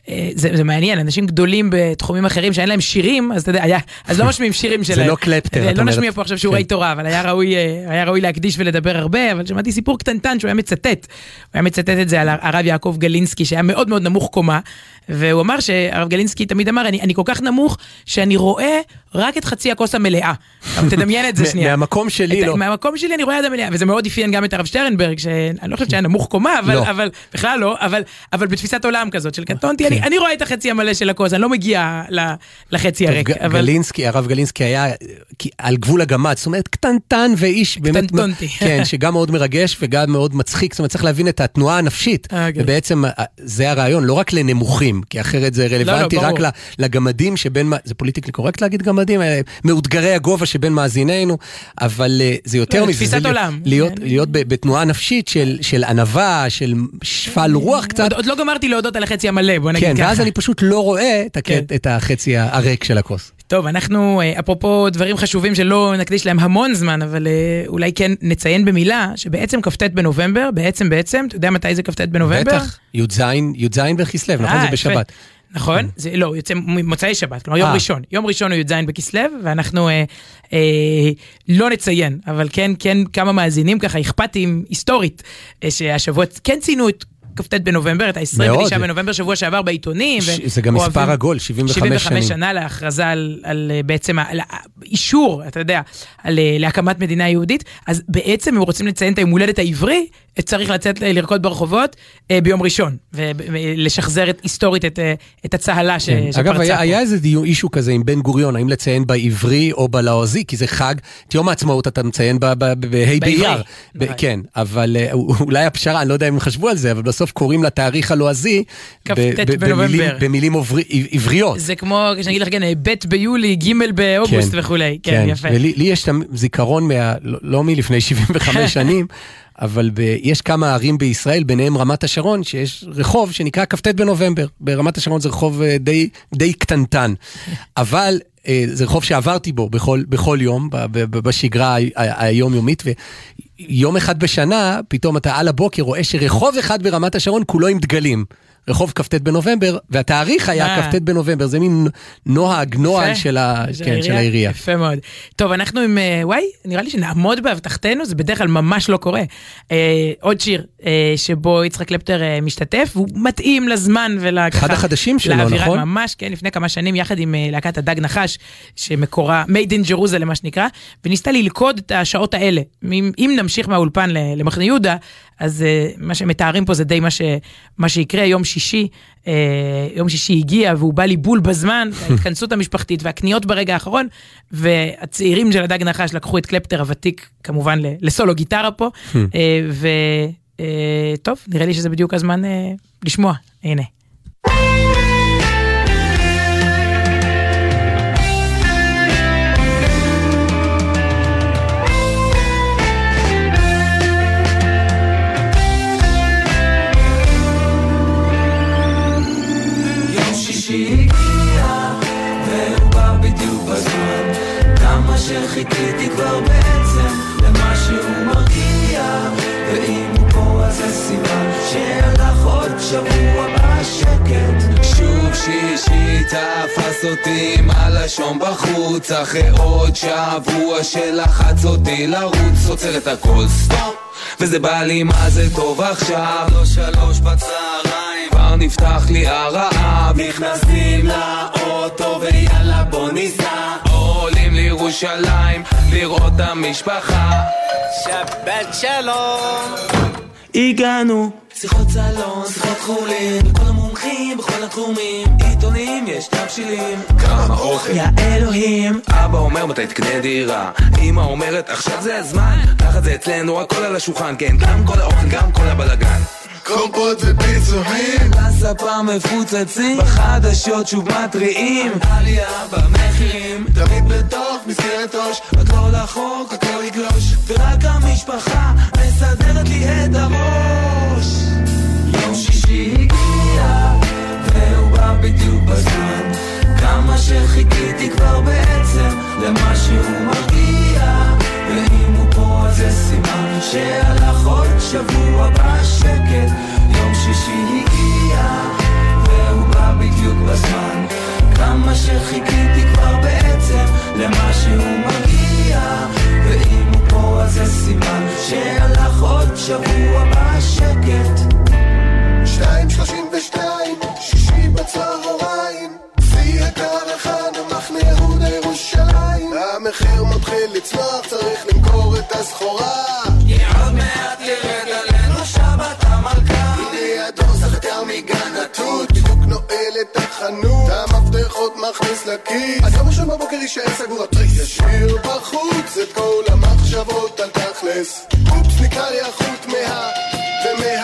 זה מעניין, אנשים גדולים בתחומים אחרים, שאין להם שירים, אז אתה יודע, אז לא משמיעים שירים שלהם. זה לא קלפטר, את אומרת. לא נשמיע פה עכשיו שיעורי תורה, אבל היה ראוי להקדיש ולדבר הרבה, אבל שמעתי סיפור קטנטן שהוא היה מצטט. הוא היה מצטט את זה על הרב יעקב גלינסקי, שהיה מאוד מאוד נמוך קומה, והוא אמר שהרב גלינסקי תמיד אמר, אני, אני כל כך נמוך שאני רואה רק את חצי הכוס המלאה. אבל תדמיין את זה שנייה. מהמקום שלי לא. מהמקום שלי אני רואה עד המלאה, וזה מאוד אפיין גם את הרב שטרנברג, שאני לא חושבת שהיה נמוך קומה, אבל, אבל, בכלל לא, אבל, אבל בתפיסת עולם כזאת של קטונתי, אני, אני רואה את החצי המלא של הכוס, אני לא מגיע לחצי הריק. גלינסקי, הרב גלינסקי היה על גבול הגמד, זאת אומרת, קטנטן ואיש באמת, כן, שגם מאוד מרגש וגם מאוד מצחיק, זאת אומרת, צריך להבין את התנועה הנפשית, ובעצם זה הרעיון, לא רק לנמוכים, כי אחרת זה רלוונטי רק לגמדים שבין, זה פוליטיקלי קורקט להגיד גמדים, מאותגרי הגובה שבין מאזינינו, אבל זה יותר מזה, להיות בתנועה נפשית של ענווה, של שפל רוח קצת. עוד לא גמרתי להודות על החצי המלא, בוא נגיד ככה. כן, ואז אני פשוט לא רואה את החצי הריק של הכוס. טוב, אנחנו, אפרופו דברים חשובים שלא נקדיש להם המון זמן, אבל אולי כן נציין במילה, שבעצם כ"ט בנובמבר, בעצם בעצם, אתה יודע מתי זה כ"ט בנובמבר? בטח, י"ז בכסלו, נכון? זה בשבת. נכון? זה לא, יוצא מוצאי שבת, כלומר יום ראשון. יום ראשון הוא י"ז בכסלו, ואנחנו אה, אה, לא נציין, אבל כן, כן כמה מאזינים ככה אכפתיים היסטורית, אה, שהשבוע כן ציינו את כ"ט בנובמבר, את ה-עשרים ותשעה בנובמבר, שבוע שעבר בעיתונים. זה גם מספר עגול, שבעים וחמש שנים. שבעים וחמש שנה להכרזה על, על בעצם, על אישור, אתה יודע, על, להקמת מדינה יהודית, אז בעצם הם רוצים לציין את היום הולדת העברי, צריך לצאת לרקוד ברחובות ביום ראשון, ולשחזר היסטורית את, את הצהלה ש, כן. שפרצה אגב, פה. היה, היה איזה דיון, אישו כזה עם בן גוריון, האם לציין בעברי או בלועזי, כי זה חג, את יום העצמאות אתה מציין בה' באייר. כן, אבל אולי הפשרה, אני לא יודע אם חשבו על זה, אבל בסוף קוראים לתאריך הלועזי, במילים עבריות. זה כמו, כשנגיד לך, ב' ביולי, ג' באוגוסט וכולי. כן, יפה. ולי יש זיכרון, לא מלפני שבעים וחמש שנים, אבל ב- יש כמה ערים בישראל, ביניהם רמת השרון, שיש רחוב שנקרא כ"ט בנובמבר. ברמת השרון זה רחוב אה, די, די קטנטן. אבל אה, זה רחוב שעברתי בו בכל, בכל יום, ב- ב- בשגרה ה- ה- היומיומית, ויום אחד בשנה, פתאום אתה על הבוקר רואה שרחוב אחד ברמת השרון כולו עם דגלים. רחוב כ"ט בנובמבר, והתאריך היה כ"ט בנובמבר, זה מין נוהג, נוהל של העירייה. יפה מאוד. טוב, אנחנו עם, וואי, נראה לי שנעמוד בהבטחתנו, זה בדרך כלל ממש לא קורה. עוד שיר שבו יצחק קלפטר משתתף, והוא מתאים לזמן ולככה... אחד החדשים שלו, נכון? ממש, כן, לפני כמה שנים, יחד עם להקת הדג נחש, שמקורה, Made in Jerusalem, למה שנקרא, וניסתה ללכוד את השעות האלה. אם נמשיך מהאולפן למחנה יהודה, אז מה שמתארים פה זה די מה, ש, מה שיקרה. יום שישי, יום שישי הגיע והוא בא לי בול בזמן, ההתכנסות המשפחתית והקניות ברגע האחרון, והצעירים של הדג נחש לקחו את קלפטר הוותיק, כמובן לסולו גיטרה פה, וטוב, נראה לי שזה בדיוק הזמן לשמוע. הנה. שהגיע והוא בא בדיוק בזמן, כמה שחיכיתי כבר בעצם למה שהוא מרגיע, ואם הוא פה אז זה סימן שהלך עוד שבוע בשקט. שוב שישי תפס אותי עם הלשון בחוץ, אחרי עוד שבוע שלחץ אותי לרוץ, עוצר את הכל סטופ, וזה בא לי מה זה טוב עכשיו, לא שלוש בצהריים כבר נפתח לי הרעב, נכנסים לאוטו ויאללה בוא ניסע, עולים לירושלים לראות המשפחה, שבת שלום. הגענו שיחות סלון, שיחות חולים, לכל המומחים בכל התחומים, עיתונים יש תבשילים, כמה אוכל יא אלוהים. אבא אומר מתי תקנה דירה, אמא אומרת עכשיו זה הזמן, ככה זה אצלנו הכל על השולחן, כן, גם כל האוכל גם כל הבלגן, קומפות ופיצוחים, בספה מפוצצים, בחדשות שוב מטריעים, עלייה במחירים, תמיד בתוך מסגרת ראש, הכל החוק, הכל יגלוש, ורק המשפחה מסדרת לי את הראש. יום שישי הגיע והוא בא בדיוק בזמן, כמה שחיכיתי כבר בעצם למה שהוא מרגיע, ואם הוא פה אז זה סימן שהלך עוד שבוע בשקט. יום שישי הגיע והוא בא בדיוק בזמן, כמה שחיכיתי כבר בעצם למה שהוא מרגיע, ואם הוא פה אז זה סימן שהלך עוד שבוע בשקט. שתיים שלושים ושתיים, שישי בצהריים, שיא יקר אחד המחנה יהודה ירושלים, המחיר מתחיל לצלוח, צריך למכור את הסחורה, עוד מעט ירד עלינו שבת המלכה, הנה הדור שחקר מגן התות, בדיוק נועל את החנות, המפתחות מכניס לכיס, אז יום ראשון בבוקר יישאר סגור התריס, ישאיר בחוץ את כל המחשבות על תכלס, אופס נקרא לי החוט מה ומה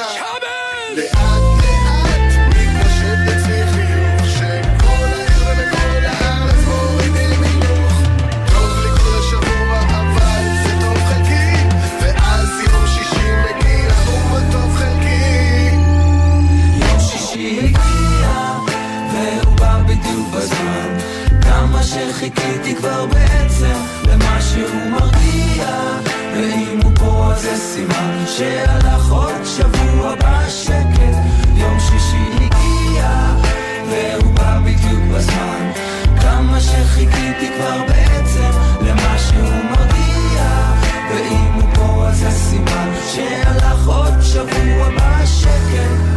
לאט לאט מתנשב אצלי חיוך שכל העיר ומכל הארץ מורידים מילוך, טוב לי כל השבוע אבל זה טוב חלקי, ואז יום שישי מגיע הוא טוב חלקי. יום שישי הגיע והוא בא בדיוק בזמן, כמה שחיכיתי כבר בעצם למה שהוא מרגיע, ואם הוא פה אז זה סימן שהלך עוד שבוע בשקט. יום שישי הגיע והוא בא בדיוק בזמן, כמה שחיכיתי כבר בעצם למה שהוא מרגיע, ואם הוא פה אז זה סימן שהלך עוד שבוע בשקט.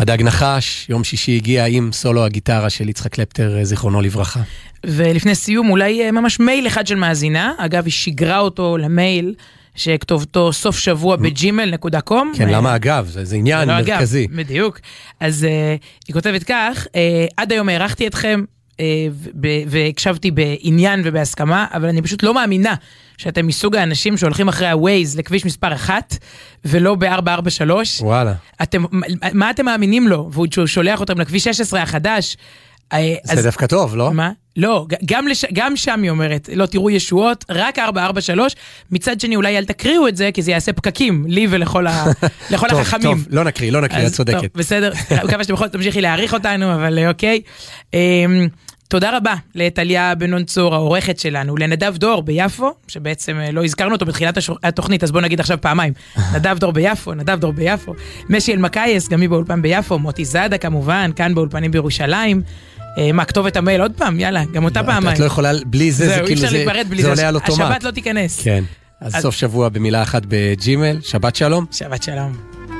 הדג נחש, יום שישי הגיע עם סולו הגיטרה של יצחק קלפטר, זיכרונו לברכה. ולפני סיום, אולי ממש מייל אחד של מאזינה, אגב, היא שיגרה אותו למייל, שכתובתו סוף שבוע בג'ימל נקודה קום. כן, למה אגב? זה עניין מרכזי. בדיוק. אז היא כותבת כך, עד היום הערכתי אתכם, והקשבתי בעניין ובהסכמה, אבל אני פשוט לא מאמינה שאתם מסוג האנשים שהולכים אחרי הווייז לכביש מספר אחת, ולא ב-ארבע ארבע שלוש. וואלה. אתם, מה אתם מאמינים לו? והוא שולח אותם לכביש שש עשרה החדש. זה דווקא טוב, לא? מה? לא, גם, לש... גם שם היא אומרת, לא תראו ישועות, רק ארבע ארבע שלוש, מצד שני אולי אל תקריאו את זה, כי זה יעשה פקקים, לי ולכל ה... לכל טוב, החכמים. טוב, לא נקריא, לא נקריא, את צודקת. טוב, בסדר, מקווה שאתם יכולים תמשיכי להעריך אותנו, אבל אוקיי. תודה רבה לטליה בנון צור, העורכת שלנו, לנדב דור ביפו, שבעצם לא הזכרנו אותו בתחילת התוכנית, אז בואו נגיד עכשיו פעמיים. נדב דור ביפו, נדב דור ביפו. משי אלמקייס, גם היא באולפן ביפו, מוטי זאדה כמובן, כאן באולפנים בירושלים. מה, כתוב את המייל עוד פעם? יאללה, גם אותה פעמיים. את לא יכולה, בלי זה, זה כאילו זה עולה על אוטומט. השבת לא תיכנס. כן, אז סוף שבוע במילה אחת בג'ימל, שבת שלום. שבת שלום.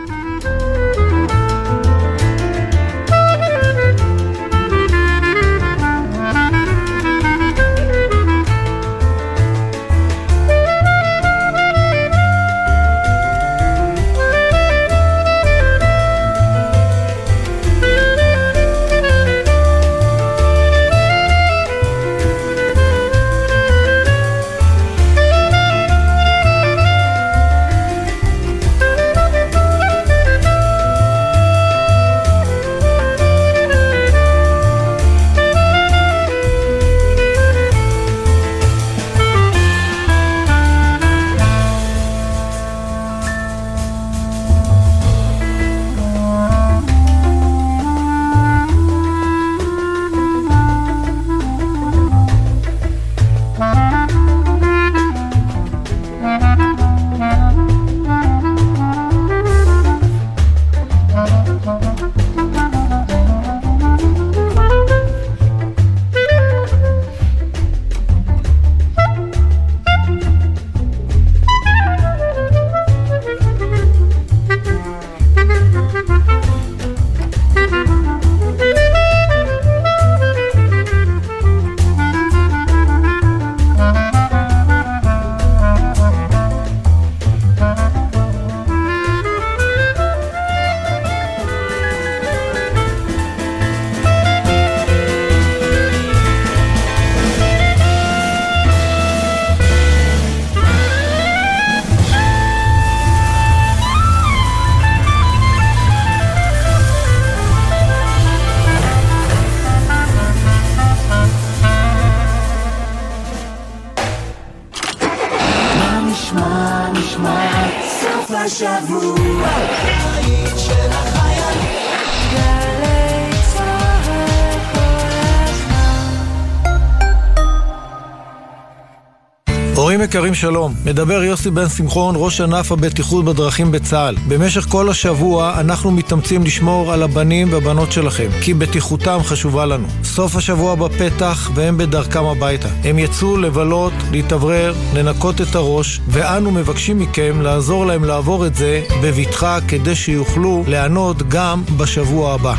הורים יקרים שלום, מדבר יוסי בן שמחון, ראש ענף הבטיחות בדרכים בצה"ל. במשך כל השבוע אנחנו מתאמצים לשמור על הבנים והבנות שלכם, כי בטיחותם חשובה לנו. סוף השבוע בפתח והם בדרכם הביתה. הם יצאו לבלות, להתאוורר, לנקות את הראש, ואנו מבקשים מכם לעזור להם לעבור את זה בבטחה כדי שיוכלו לענות גם בשבוע הבא.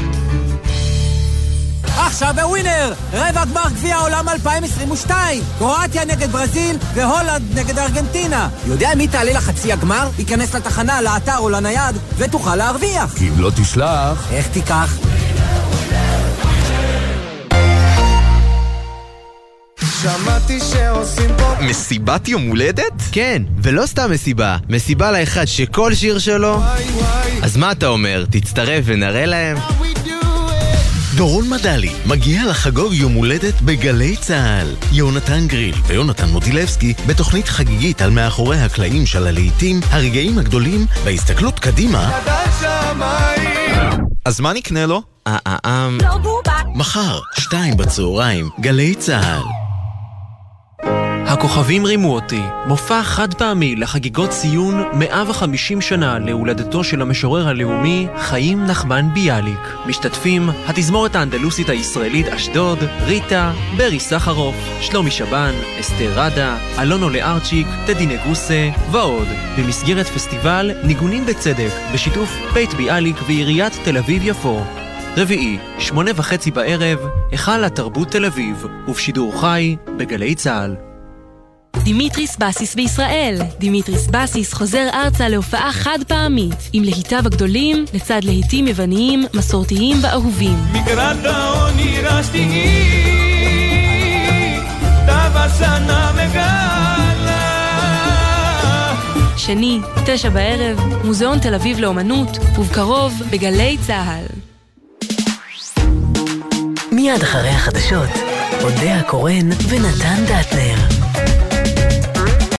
עכשיו בווינר, רבע גמר גביע העולם אלפיים עשרים ושתיים, קרואטיה נגד ברזיל והולנד נגד ארגנטינה. יודע מי תעלה לחצי הגמר? ייכנס לתחנה, לאתר או לנייד ותוכל להרוויח. כי אם לא תשלח... איך תיקח? שמעתי שעושים פה מסיבת יום הולדת? כן, ולא סתם מסיבה, מסיבה לאחד שכל שיר שלו. אז מה אתה אומר? תצטרף ונראה להם? דורון מדלי מגיע לחגוג יום הולדת בגלי צהל. יונתן גריל ויונתן מוטילבסקי בתוכנית חגיגית על מאחורי הקלעים של הלעיתים, הרגעים הגדולים וההסתכלות קדימה. אז מה נקנה לו? אה אה אה מחר, שתיים בצהריים, גלי צהל. הכוכבים רימו אותי, מופע חד פעמי לחגיגות ציון מאה וחמישים שנה להולדתו של המשורר הלאומי חיים נחמן ביאליק. משתתפים התזמורת האנדלוסית הישראלית אשדוד, ריטה, ברי סחרוף, שלומי שבן, אסתר רדה, אלונו לארצ'יק, טדי נגוסה ועוד, במסגרת פסטיבל ניגונים בצדק בשיתוף בית ביאליק ועיריית תל אביב יפו. רביעי, שמונה וחצי בערב, היכל התרבות תל אביב, ובשידור חי בגלי צהל. דימיטריס בסיס בישראל. דימיטריס בסיס חוזר ארצה להופעה חד פעמית, עם להיטיו הגדולים לצד להיטים יווניים, מסורתיים ואהובים. מקראת העוני רשתי תבסנה מגלה. שני, תשע בערב, מוזיאון תל אביב לאומנות, ובקרוב בגלי צהל. מיד אחרי החדשות, אודיה קורן ונתן דטנר.